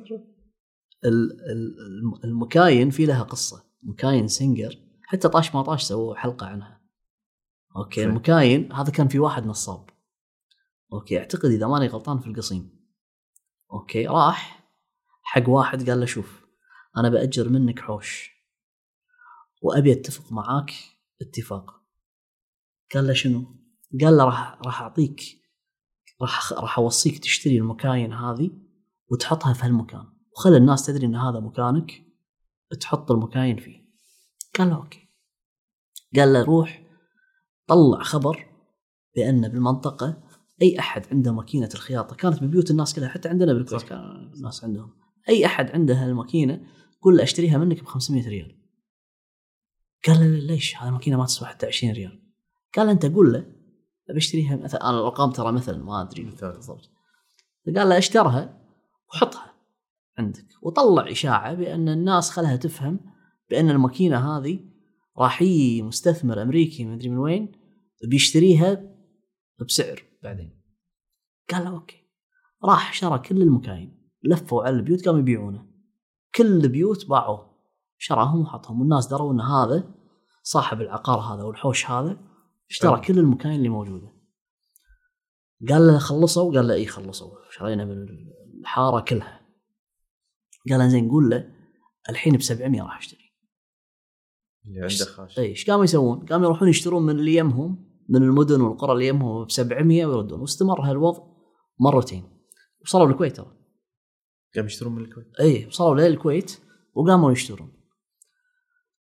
المكاين في لها قصة. مكاين سنجر حتى طاش ما طاش سووا حلقة عنها. أوكي فيه. المكاين هذا كان في واحد نصاب، أوكي أعتقد إذا ماني غلطان في القصيم. أوكي راح حق واحد قال له شوف أنا بأجر منك حوش وأبي أتفق معاك اتفاق. قال له شنو؟ قال له راح أعطيك، راح أوصيك تشتري المكاين هذه وتحطها في هالمكان، وخلي الناس تدري إن هذا مكانك تحط المكاين فيه. قال له أوكي. قال له روح طلع خبر بأن بالمنطقة أي أحد عنده ماكينة الخياطة، كانت ببيوت الناس كلها، حتى عندنا بالكويت كان الناس عندهم، أي أحد عنده هالماكينة قل له أشتريها منك ب500 ريال. قال له ليش؟ هذه الماكينة ما تسوى حتى 20 ريال. قال له أنت قل له بشتريها مثلا، أنا الأرقام ترى مثلا ما أدري بالضبط. قال له اشترها وحطها عندك وطلع إشاعة بأن الناس خلها تفهم بأن الماكينة هذه راح يجي مستثمر أمريكي ما أدري من وين بيشتريها بسعر بعدين. قال له أوكي. راح شرى كل المكاين، لفوا على البيوت قاموا يبيعونه، كل البيوت باعوه، شراهم وحطهم، والناس دروا أن هذا صاحب العقار هذا والحوش هذا اشترى كل المكاين اللي موجودة. قال له خلصوا؟ قال له إيه خلصوا، شرينا من الحارة كلها. قال له زين قول له الحين ب700 راح اشتري. اللي عنده خاش ايش قاموا يسوون؟ قاموا يروحون يشترون من اللي يمهم من المدن والقرى اللي يمهم ب700 ويردون، واستمر هالوضع مرتين. وصلوا الكويت ترى، قاموا يشترون من الكويت. اي وصلوا للكويت وقاموا يشترون.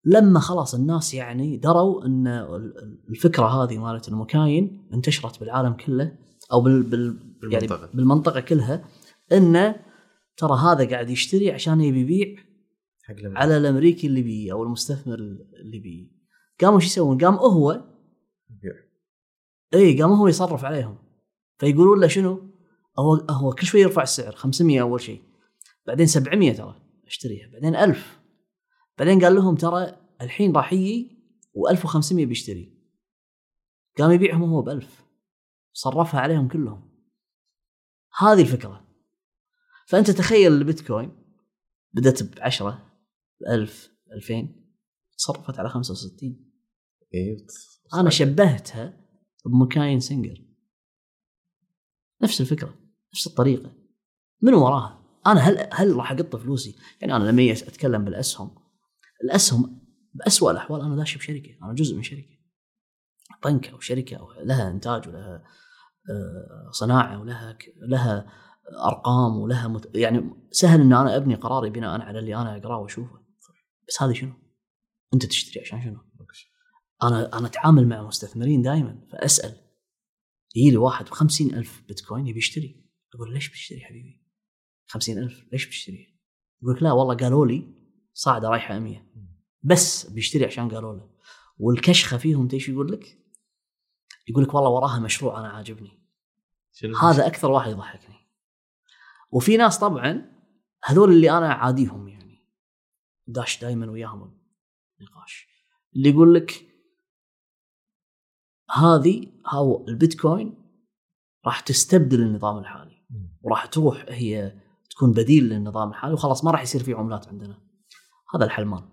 لما خلاص الناس يعني دروا ان الفكره هذه مالت المكاين انتشرت بالعالم كله او يعني بالمنطقه كلها، انه ترى هذا قاعد يشتري عشان يبي يبيع على الامريكي اللي بي او المستثمر اللي بي. قاموا شو يسوون؟ قام هو قام هو يصرف عليهم، فيقولون له شنو؟ هو كل شوي يرفع السعر 500 اول شيء، بعدين 700 ترى اشتريها، بعدين 1000، بعدين قال لهم ترى الحين راح يجي و1500 بيشتري، قام يبيعهم هو ب1000، صرفها عليهم كلهم. هذه الفكرة. فأنت تخيل البيتكوين بدأت ب10، ب1000، 2000، تصرفت على 65. أنا شبهتها بمكاين سنجر، نفس الفكرة نفس الطريقة من وراها. أنا هل راح أقط فلوسي؟ يعني أنا لما أتكلم بالأسهم، الأسهم بأسوأ الأحوال أنا داش بشركة، أنا جزء من شركة، بنك أو شركة أو لها إنتاج ولها صناعة ولها أرقام ولها يعني سهل إن أنا أبني قراري بناء على اللي أنا أقرأه وأشوفه. بس هذا شنو؟ أنت تشتري عشان شنو؟ أنا أتعامل مع مستثمرين دائما، فأسأل يجي واحد ب50,000 بيتكوين يبي يشتري، أقول ليش بتشتري حبيبي 50,000 ليش بتشتري؟ يقولك لا والله قالوا لي صاعدة رايحة 100، بس بيشتري عشان قالوا له. والكشخة فيهم تيش يقولك والله وراها مشروع أنا عاجبني. هذا أكثر واحد يضحكني. وفي ناس طبعا هذول اللي أنا عاديهم، يعني داش دايما وياهم نقاش، اللي يقول لك هاو البيتكوين راح تستبدل النظام الحالي وراح تروح هي تكون بديل للنظام الحالي وخلاص ما راح يصير فيه عملات عندنا. هذا الحلمان،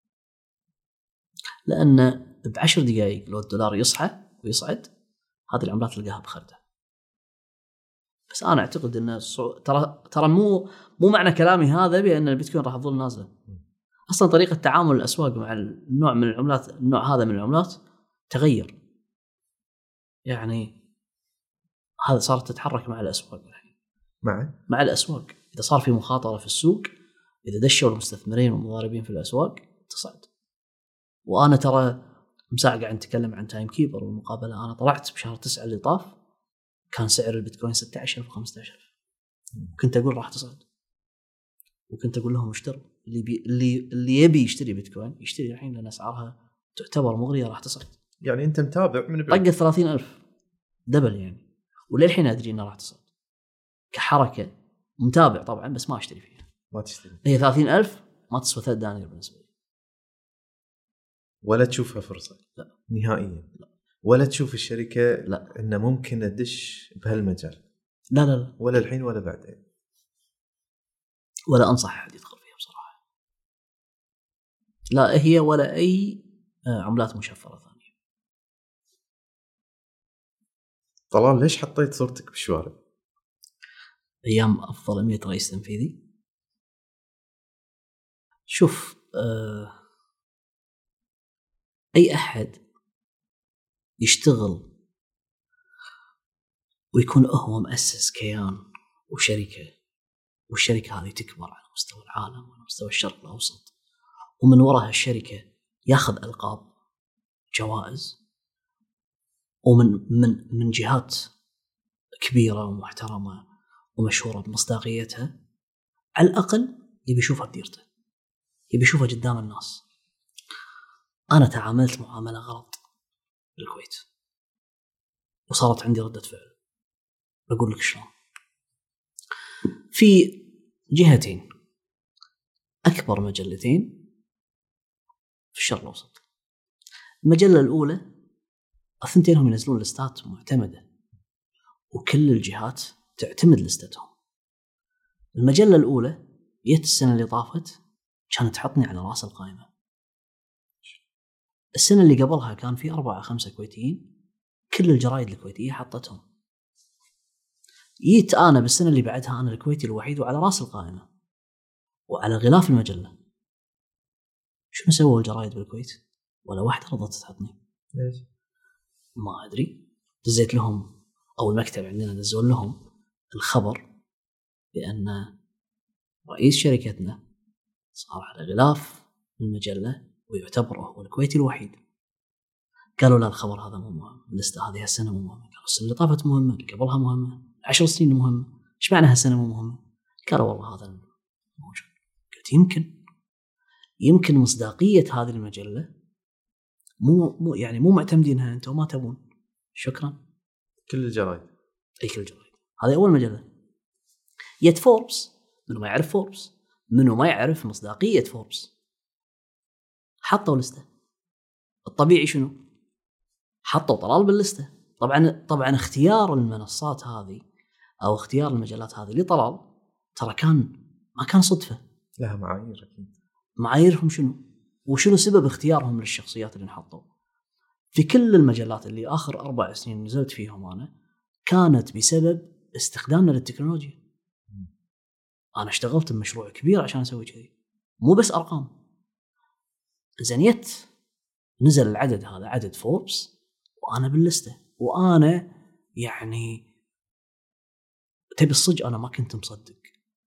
لأن ب10 دقائق لو الدولار يصحى ويصعد هذه العملات تلقاها بخردة. بس أنا أعتقد أن ترى مو معنى كلامي هذا بأن البيتكوين راح تظل نازلة. أصلا طريقة تعامل الأسواق مع النوع من العملات، النوع هذا من العملات تغير، يعني هذا صارت تتحرك مع الأسواق الحين، مع الأسواق. إذا صار في مخاطرة في السوق، إذا دشوا المستثمرين والمضاربين في الأسواق تصعد. وأنا ترى مساء قاعد نتكلم عن تايم كيبر والمقابلة، أنا طلعت بشهر 9 اللي طاف كان سعر البيتكوين 16,000 و15,000، كنت أقول راح تصعد، وكنت أقول لهم اشتروا. اللي يبي يشتري بيتكوين يشتري الحين، لأن أسعارها تعتبر مغرية راح تصعد. يعني أنت متابع من طقت 30,000 دبل يعني، وللحين أدري إنها راح تصعد كحركة. متابع طبعا بس ما أشتري فيها، ما تشتري. هي 30,000 ما تسوى 3 دنانير بالنسبة لي، ولا تشوفها فرصة؟ لا نهائيا. لا. ولا تشوف الشركة لا إنه ممكن أدش بهالمجال؟ لا لا لا، ولا الحين ولا بعدين، ولا أنصح أحد يدخل فيها بصراحة. لا هي ولا أي عملات مشفرة ثانية. طلال ليش حطيت صورتك بالشوارع؟ أيام أفضل 100 رئيس تنفيذي. شوف أي أحد يشتغل ويكون هو مؤسس كيان وشركة، والشركة هذه تكبر على مستوى العالم وعلى مستوى الشرق الأوسط، ومن وراها الشركة ياخذ ألقاب جوائز ومن جهات كبيرة ومحترمة ومشهورة بمصداقيتها، على الأقل يبي يشوفها بديرته، يبي يشوفها قدام الناس. أنا تعاملت معاملة غلط بالكويت وصارت عندي ردة فعل، بقول لك شلون. في جهتين، أكبر مجلتين في الشرق الأوسط. المجلة الأولى الثنتينهم ينزلون لستات معتمدة وكل الجهات تعتمد لستاتهم. المجلة الأولى جت السنة اللي طافت كانت تحطني على رأس القائمة. السنة اللي قبلها كان في 4-5 كويتيين، كل الجرايد الكويتية حطتهم. جيت أنا بالسنة اللي بعدها أنا الكويتي الوحيد وعلى رأس القائمة وعلى غلاف المجلة. شنو سووا الجرايد بالكويت؟ ولا واحدة رضت تحطني. ليش؟ ما أدري. دزيت لهم أو المكتب عندنا دزوا لهم الخبر بأن رئيس شركتنا صار على غلاف المجلة ويعتبر هو الكويتي الوحيد. قالوا لا الخبر هذا مو مهم، اللستة هذه هالسنة مو مهمة. قالوا السنة اللي طافت مهمة، اللي قبلها مهمة، 10 سنين مهمة، إيش معنى هالسنة مو مهمة؟ قالوا والله هذا موجود. قلت يمكن مصداقية هذه المجلة مو معتمدينها أنتم وما تبون. شكرا. كل الجرايد. أي كل الجرايد. هذه أول مجلة. يد فوربس، منو ما يعرف فوربس، منو ما يعرف مصداقية فوربس، حطوا لستة. الطبيعي شنو؟ حطوا طلال باللستة. طبعا اختيار المنصات هذه أو اختيار المجلات هذه لطلال ترى ما كان صدفة، لها معايير أكيد. معاييرهم شنو؟ وشنو سبب اختيارهم للشخصيات اللي نحطوا؟ في كل المجلات اللي آخر 4 سنين نزلت فيهم أنا كانت بسبب استخدامنا للتكنولوجيا. أنا اشتغلت بمشروع كبير عشان أسوي كذي، مو بس أرقام. زنيت نزل العدد هذا، عدد فوربس، وأنا باللستة. وأنا يعني تبي الصج أنا ما كنت مصدق.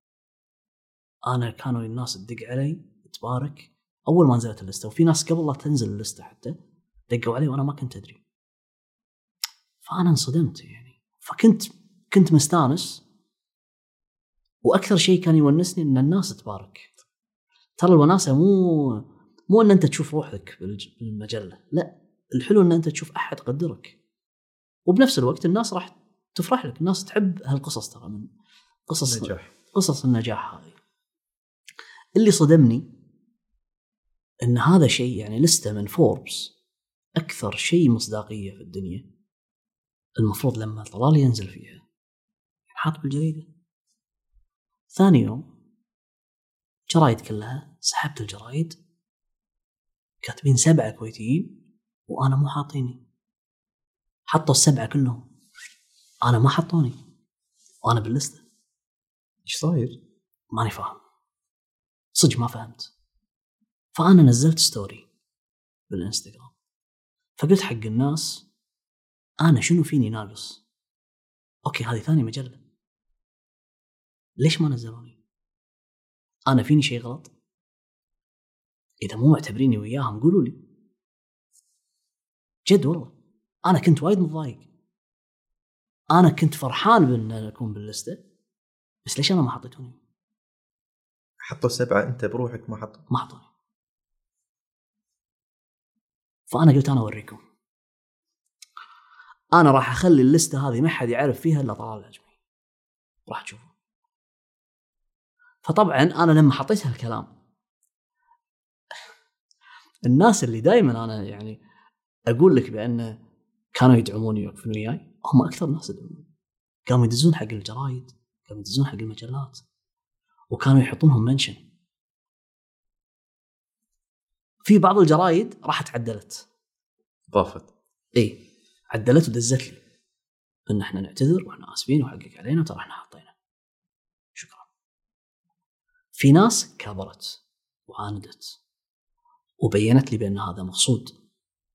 أنا كانوا الناس تدق علي تبارك أول ما نزلت اللستة، وفي ناس قبل لا تنزل اللستة حتى دقوا علي وأنا ما كنت أدري. فأنا انصدمت يعني. كنت مستانس، وأكثر شيء كان يونسني إن الناس تبارك. ترى الوناسة مو إن أنت تشوف روحك بالمجلة، لا، الحلو إن أنت تشوف أحد قدرك، وبنفس الوقت الناس راح تفرح لك. الناس تحب هالقصص، ترى من قصص النجاح هذه. اللي صدمني إن هذا شيء يعني لستة من فوربس أكثر شيء مصداقية في الدنيا، المفروض لما طلال ينزل فيها ينحط بالجريدة. ثاني يوم جرايد كلها، سحبت الجرايد، كاتبين 7 كويتيين وأنا مو حاطيني. حطوا 7 كلهم، أنا ما حطوني وأنا باللستة. إيش صاير؟ ماني فاهم، صدق ما فهمت. فأنا نزلت ستوري بالإنستغرام، فقلت حق الناس أنا شنو فيني ناقص؟ أوكي هذه ثاني مجلة، ليش ما نزلوني؟ أنا فيني شيء غلط؟ إذا مو معتبريني وياهم قولوا لي. جد والله أنا كنت وايد متضايق. أنا كنت فرحان بأن أكون باللستة، بس ليش أنا ما حطيتوني؟ حطوا 7 أنت بروحك ما حطوني. فأنا قلت أنا أوريكم، أنا راح أخلي اللستة هذه ما حد يعرف فيها إلا طلال العجمي، راح تشوفوا. فطبعا أنا لما حطيت هالكلام، الناس اللي دائما أنا يعني أقول لك بأن كانوا يدعموني ويوقفون وياي، هم أكثر ناس يدعموني. كانوا يدزون حق الجرايد، كانوا يدزون حق المجلات، وكانوا يحطونهم منشن. في بعض الجرايد راحت عدلت، ضافت، عدلت ودزت لي ان احنا نعتذر واحنا اسفين وحقك علينا وترى احنا حطينا، شكرا. في ناس كابرت وعاندت وبينت لي بان هذا مقصود.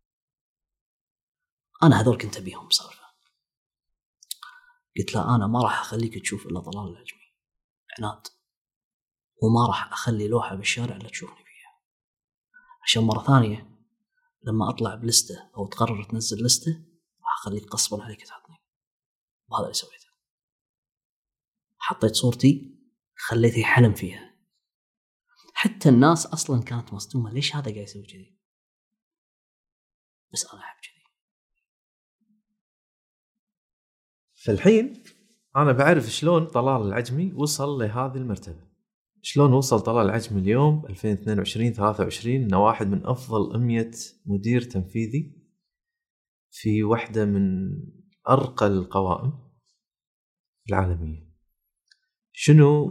انا هذول كنت ابيهم بصرفه. قلت لا، انا ما راح اخليك تشوف الا طلال العجمي، عناد، وما راح اخلي لوحه بالشارع الا تشوفني فيها، عشان مره ثانيه لما اطلع بلسته او تقرر تنزل لسته راح اخليك غصبا عليك تحطني. وهذا اللي سويته. حطيت صورتي، خليته يحلم فيها. حتى الناس اصلا كانت مصدومه، ليش هذا قاعد يسوي كذي؟ بس انا احب كذي. فالحين انا بعرف شلون طلال العجمي وصل لهذه المرتبه. شلون وصل طلال العجمي اليوم 2022 23 انه واحد من افضل 100 مدير تنفيذي في واحده من ارقى القوائم العالميه. شنو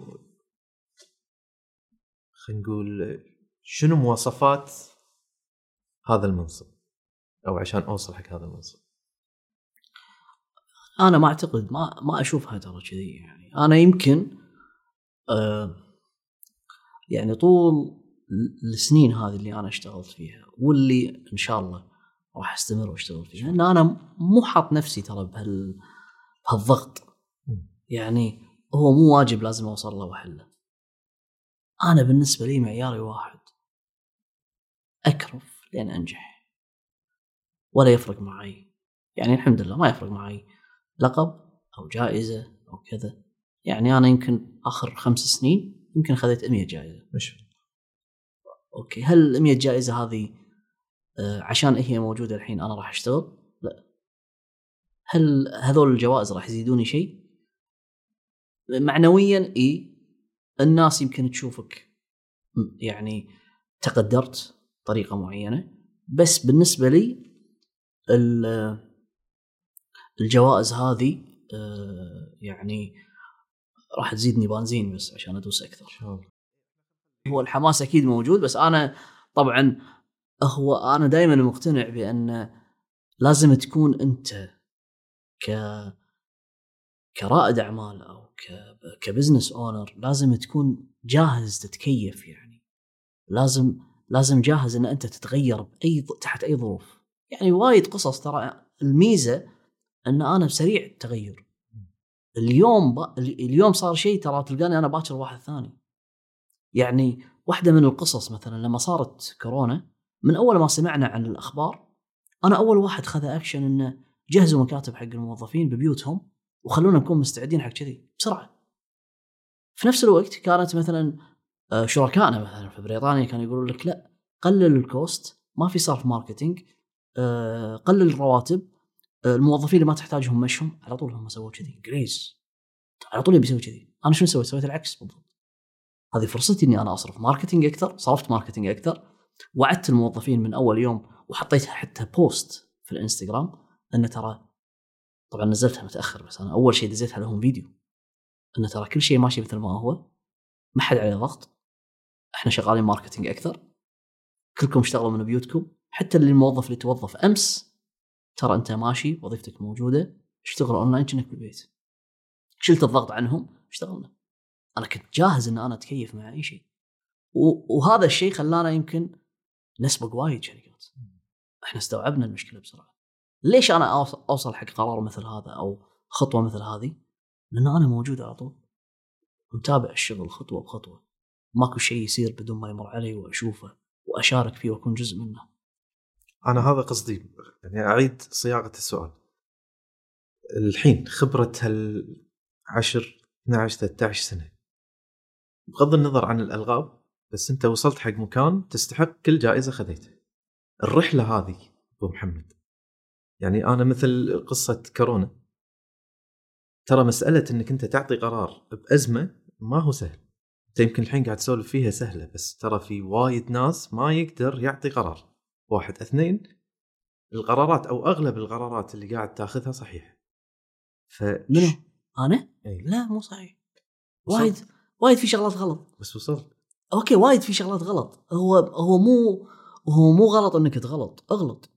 خلينا نقول شنو مواصفات هذا المنصب، او عشان اوصل حق هذا المنصب؟ انا ما اعتقد، ما اشوفها ترى كذي. يعني انا يمكن يعني طول السنين هذه اللي انا اشتغلت فيها واللي ان شاء الله راح استمر واشتغل فيها، ان انا مو حاط نفسي ترى بهالضغط. يعني هو مو واجب لازم اوصل له واحله. انا بالنسبه لي معياري واحد، أكرف لين أنجح، ولا يفرق معي. يعني الحمد لله ما يفرق معي لقب أو جائزة أو كذا. يعني أنا يمكن آخر 5 سنين يمكن خذيت 100 جائزة. مش أوكي، هل 100 جائزة هذه عشان هي موجودة الحين أنا راح أشتغل؟ لا. هل هذول الجوائز راح يزيدوني شيء؟ معنويا الناس يمكن تشوفك يعني تقدرت طريقة معينة، بس بالنسبة لي الجوائز هذه يعني راح تزيدني بنزين بس عشان أدوس أكثر. هو الحماس أكيد موجود، بس أنا طبعا أنا دائما مقتنع بأن لازم تكون أنت كرائد أعمال أو كبزنس أونر لازم تكون جاهز تتكيف. يعني لازم جاهز أن أنت تتغير تحت أي ظروف. يعني وايد قصص، ترى الميزة أن أنا بسريع التغير. اليوم صار شيء ترى تلقاني أنا باكر واحد ثاني. يعني واحدة من القصص مثلا لما صارت كورونا، من أول ما سمعنا عن الأخبار أنا أول واحد خذ أكشن إنه جهزوا مكاتب حق الموظفين ببيوتهم وخلونا نكون مستعدين حق كذي بسرعة. في نفس الوقت كانت مثلا شركائنا مثلا في بريطانيا كانوا يقولون لك لا، قلل الكوست، ما في صرف ماركتينج، قلل الرواتب، الموظفين اللي ما تحتاجهم مشهم. على طول هم سووا كذي، انجليز على طول يبي يسوي كذي. أنا شنو سويت العكس بالضبط. هذه فرصتي إني أنا أصرف ماركتينج أكثر، صرفت ماركتينج أكثر، وعدت الموظفين من أول يوم، وحطيتها حتى بوست في الانستغرام أن ترى، طبعا نزلتها متأخر بس أنا أول شيء دزيتها لهم فيديو، أن ترى كل شيء ماشي مثل ما هو، ما حد عليه ضغط، إحنا شغالين ماركتينج أكثر، كلكم اشتغلوا من بيوتكم، حتى اللي الموظف اللي توظف أمس ترى أنت ماشي وظيفتك موجودة، اشتغل أونلاين كأنك بالبيت. شلت الضغط عنهم، اشتغلنا. أنا كنت جاهز أن أنا أتكيف مع أي شيء، وهذا الشيء خلانا يمكن نسبق وايد شركات. احنا استوعبنا المشكلة بسرعة. ليش أنا أوصل حق قرار مثل هذا أو خطوة مثل هذه؟ لأن أنا موجود على طول ومتابع الشغل خطوة بخطوة، ماكو شيء يصير بدون ما يمر علي وأشوفه وأشارك فيه وأكون جزء منه. أنا هذا قصدي، يعني أعيد صياغة السؤال. الحين خبرة 10 12 13 سنة، بغض النظر عن الألغاب، بس أنت وصلت حق مكان تستحق كل جائزة خذيتها. الرحلة هذه أبو محمد، يعني أنا مثل قصة كورونا، ترى مسألة أنك أنت تعطي قرار بأزمة ما هو سهل. أنت يمكن الحين قاعد تسولف فيها سهلة، بس ترى في وايد ناس ما يقدر يعطي قرار. 1 2 القرارات أو أغلب القرارات اللي قاعد تاخذها صحيح. منو؟ أنا؟ أي. لا مو صحيح. وصلت. وايد في شغلات غلط. بس وصلت. أوكي، وايد في شغلات غلط. هو مو غلط إنك تغلط، أغلط.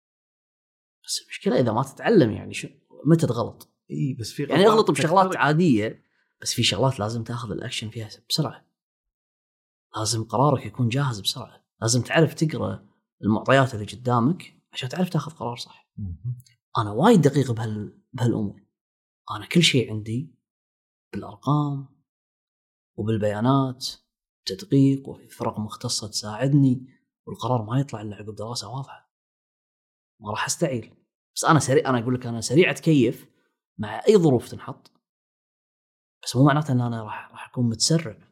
بس المشكلة إذا ما تتعلم يعني متى تغلط؟ اي بس في يعني اغلط بشغلات عادية، بس في شغلات لازم تاخذ الأكشن فيها بسرعة. لازم قرارك يكون جاهز بسرعة، لازم تعرف تقرأ المعطيات اللي قدامك عشان تعرف تاخذ قرار صح. أنا وايد دقيق بهالأمور. أنا كل شيء عندي بالأرقام وبالبيانات، تدقيق، وفي فرق مختصة تساعدني، والقرار ما يطلع إلا عقب دراسة واضحة. ما راح أستعيل. بس أنا سريع، أنا أقول لك أنا سريع أتكيف مع أي ظروف تنحط، بس مو معناته أن أنا راح أكون متسرع.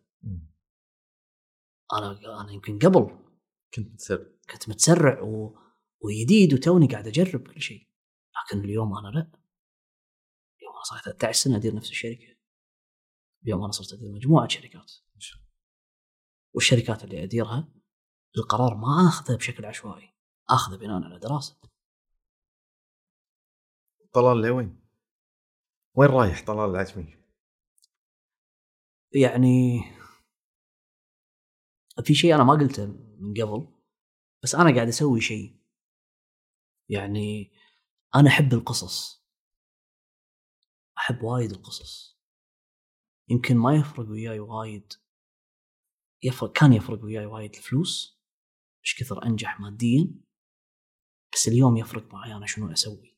أنا يمكن قبل كنت متسرع ويديد وتوني قاعد أجرب كل شيء، لكن اليوم أنا لا. اليوم أنا صار 13 سنة أدير نفس الشركة. اليوم أنا صرت أدير مجموعة شركات، والشركات اللي أديرها القرار ما أخذه بشكل عشوائي، أخذه بناء على دراسة. طلال لوين رايح طلال العجمي؟ يعني في شيء أنا ما قلته من قبل، بس أنا قاعد أسوي شيء. يعني أنا أحب القصص، أحب وايد القصص. يمكن ما يفرق وياي وايد، كان يفرق وياي وايد الفلوس، إيش كثر أنجح ماديا، بس اليوم يفرق معي أنا شنو أسوي،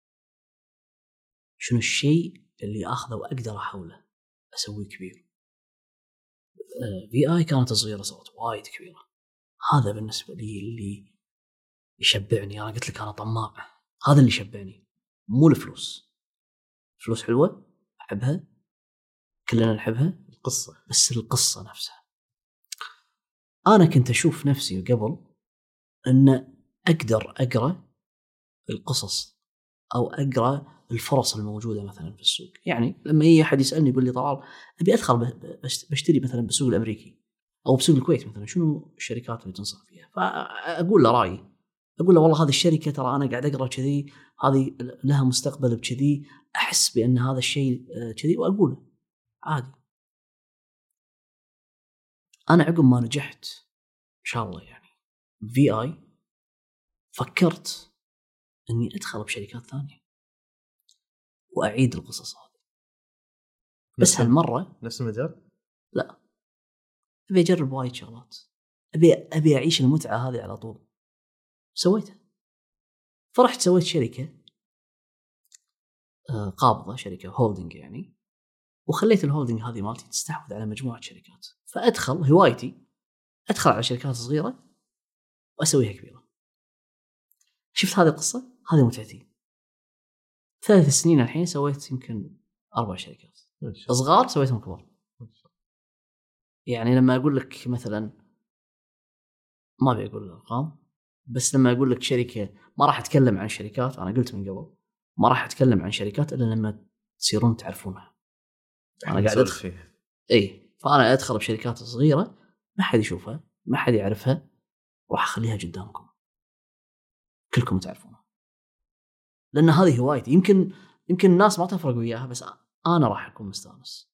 شنو الشيء اللي أخذه وأقدر أحوله أسويه كبير. VI كانت صغيرة صوت وايد كبيرة، هذا بالنسبة لي اللي يشبعني. أنا قلت لك أنا طماع، هذا اللي يشبعني، مو الفلوس. فلوس حلوة أحبها، كلنا نحبها، القصة، بس القصة نفسها. أنا كنت أشوف نفسي قبل أن أقدر أقرأ القصص أو أقرأ الفرص الموجودة مثلا في السوق. يعني لما يجي أحد يسألني يقول لي طلال أبي أدخل بشتري مثلا بالسوق الأمريكي أو بسوق الكويت مثلا، شنو الشركات اللي تنصح فيها؟ فأقول له رأيي، أقول له والله هذه الشركة ترى أنا قاعد أقرأ كذي، هذه لها مستقبل بكذي، أحس بأن هذا الشيء كذي، وأقوله عادي. أنا عقب ما نجحت إن شاء الله يعني VI، فكرت أني أدخل بشركات ثانية وأعيد القصص هذه، بس هالمرة نفس المجال؟ لا، أبي أجرب وايد شغلات، أبي أعيش المتعة هذه على طول. سويتها، فرحت سويت شركة قابضة، شركة هولدنج يعني، وخليت الهولدنج هذه مالتي تستحوذ على مجموعة شركات. فأدخل هوايتي، أدخل على شركات صغيرة وأسويها كبيرة. شفت هذه القصة، هذه متعتي. 3 سنين الحين سويت يمكن 4 شركات صغار سويتهم كبار. يعني لما أقول لك مثلا، ما أبي أقول الأرقام، بس لما أقول لك شركة، ما راح أتكلم عن شركات، أنا قلت من قبل ما راح أتكلم عن شركات إلا لما تصيرون تعرفونها. أنا قاعد أدخل فيها، فأنا أدخل بشركات صغيرة ما حد يشوفها، ما حد يعرفها، راح أخليها قدامكم كلكم تعرفونها، لأن هذه هوايتي. يمكن الناس ما تفرق وياها، بس أنا راح أكون مستانس،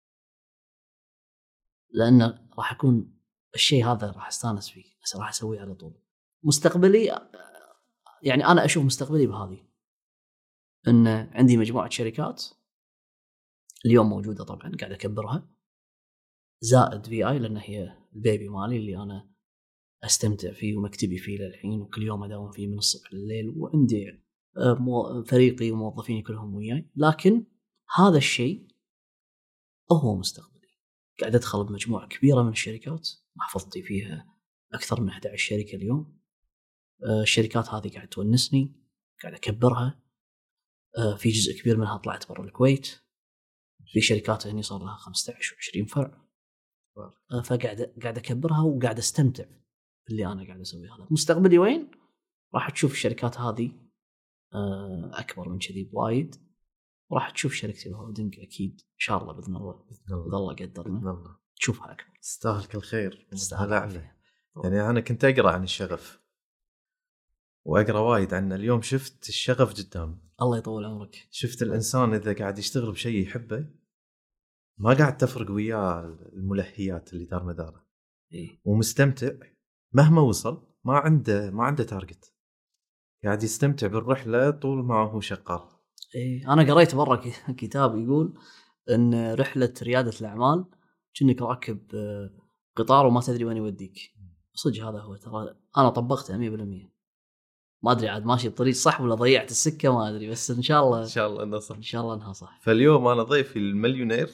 لأن راح أكون الشيء هذا راح أستانس فيه، بس راح أسويه على طول. مستقبلي يعني أنا أشوف مستقبلي بهذه، أن عندي مجموعة شركات اليوم موجودة طبعا قاعد أكبرها، زائد VI لأن هي البيبي مالي اللي أنا أستمتع فيه ومكتبي فيه للحين، وكل يوم أداوم فيه من الصبح لليل، وعندي فريقي وموظفيني كلهم وياي. لكن هذا الشيء هو مستقبلي. قاعد أدخل بمجموعة كبيرة من الشركات، محفظتي فيها أكثر من 11 شركة اليوم. الشركات هذه قاعد تونسني، قاعد أكبرها. في جزء كبير منها طلعت برا الكويت، في شركات هني صار لها 15 و20 فرع. فقاعد أكبرها وقاعد أستمتع باللي أنا قاعد أسويه. هذا مستقبلي وين؟ راح تشوف الشركات هذه أكبر من كذي بوايد، وراح تشوف شركتي الهولدنج أكيد إن شاء الله بإذن الله، إذا الله قدرنا تشوفها أكبر. تستاهل كل خير. يعني أنا كنت أقرأ عن الشغف وأقرأ وايد عنه، اليوم شفت الشغف قدام. الله يطول عمرك. شفت الإنسان إذا قاعد يشتغل بشيء يحبه ما قاعد تفرق وياه الملهيات اللي دار مداره، ومستمتع مهما وصل، ما عنده تارجت، قاعد يستمتع بالرحلة طول ما هو شغال. أنا قريت برا كتاب يقول أن رحلة ريادة الأعمال كأنك راكب قطار وما تدري وين يوديك. صدق هذا هو، ترى أنا طبقته 100%. ما أدري عاد ماشي بطريق صح ولا ضيعت السكة، ما أدري، بس إن شاء الله إنها صح. إن شاء الله إنها صح. فاليوم أنا ضيفي المليونير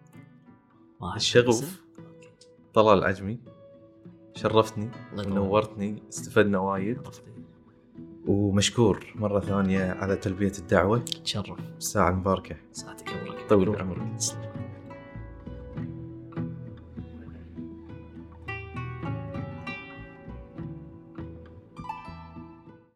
الشغوف طلال العجمي، شرفتني ونورتني، استفدنا وايد، ومشكور مرة ثانية على تلبية الدعوة. تشرف. الساعة المباركة. ساعتك أبرك. طول عمرك.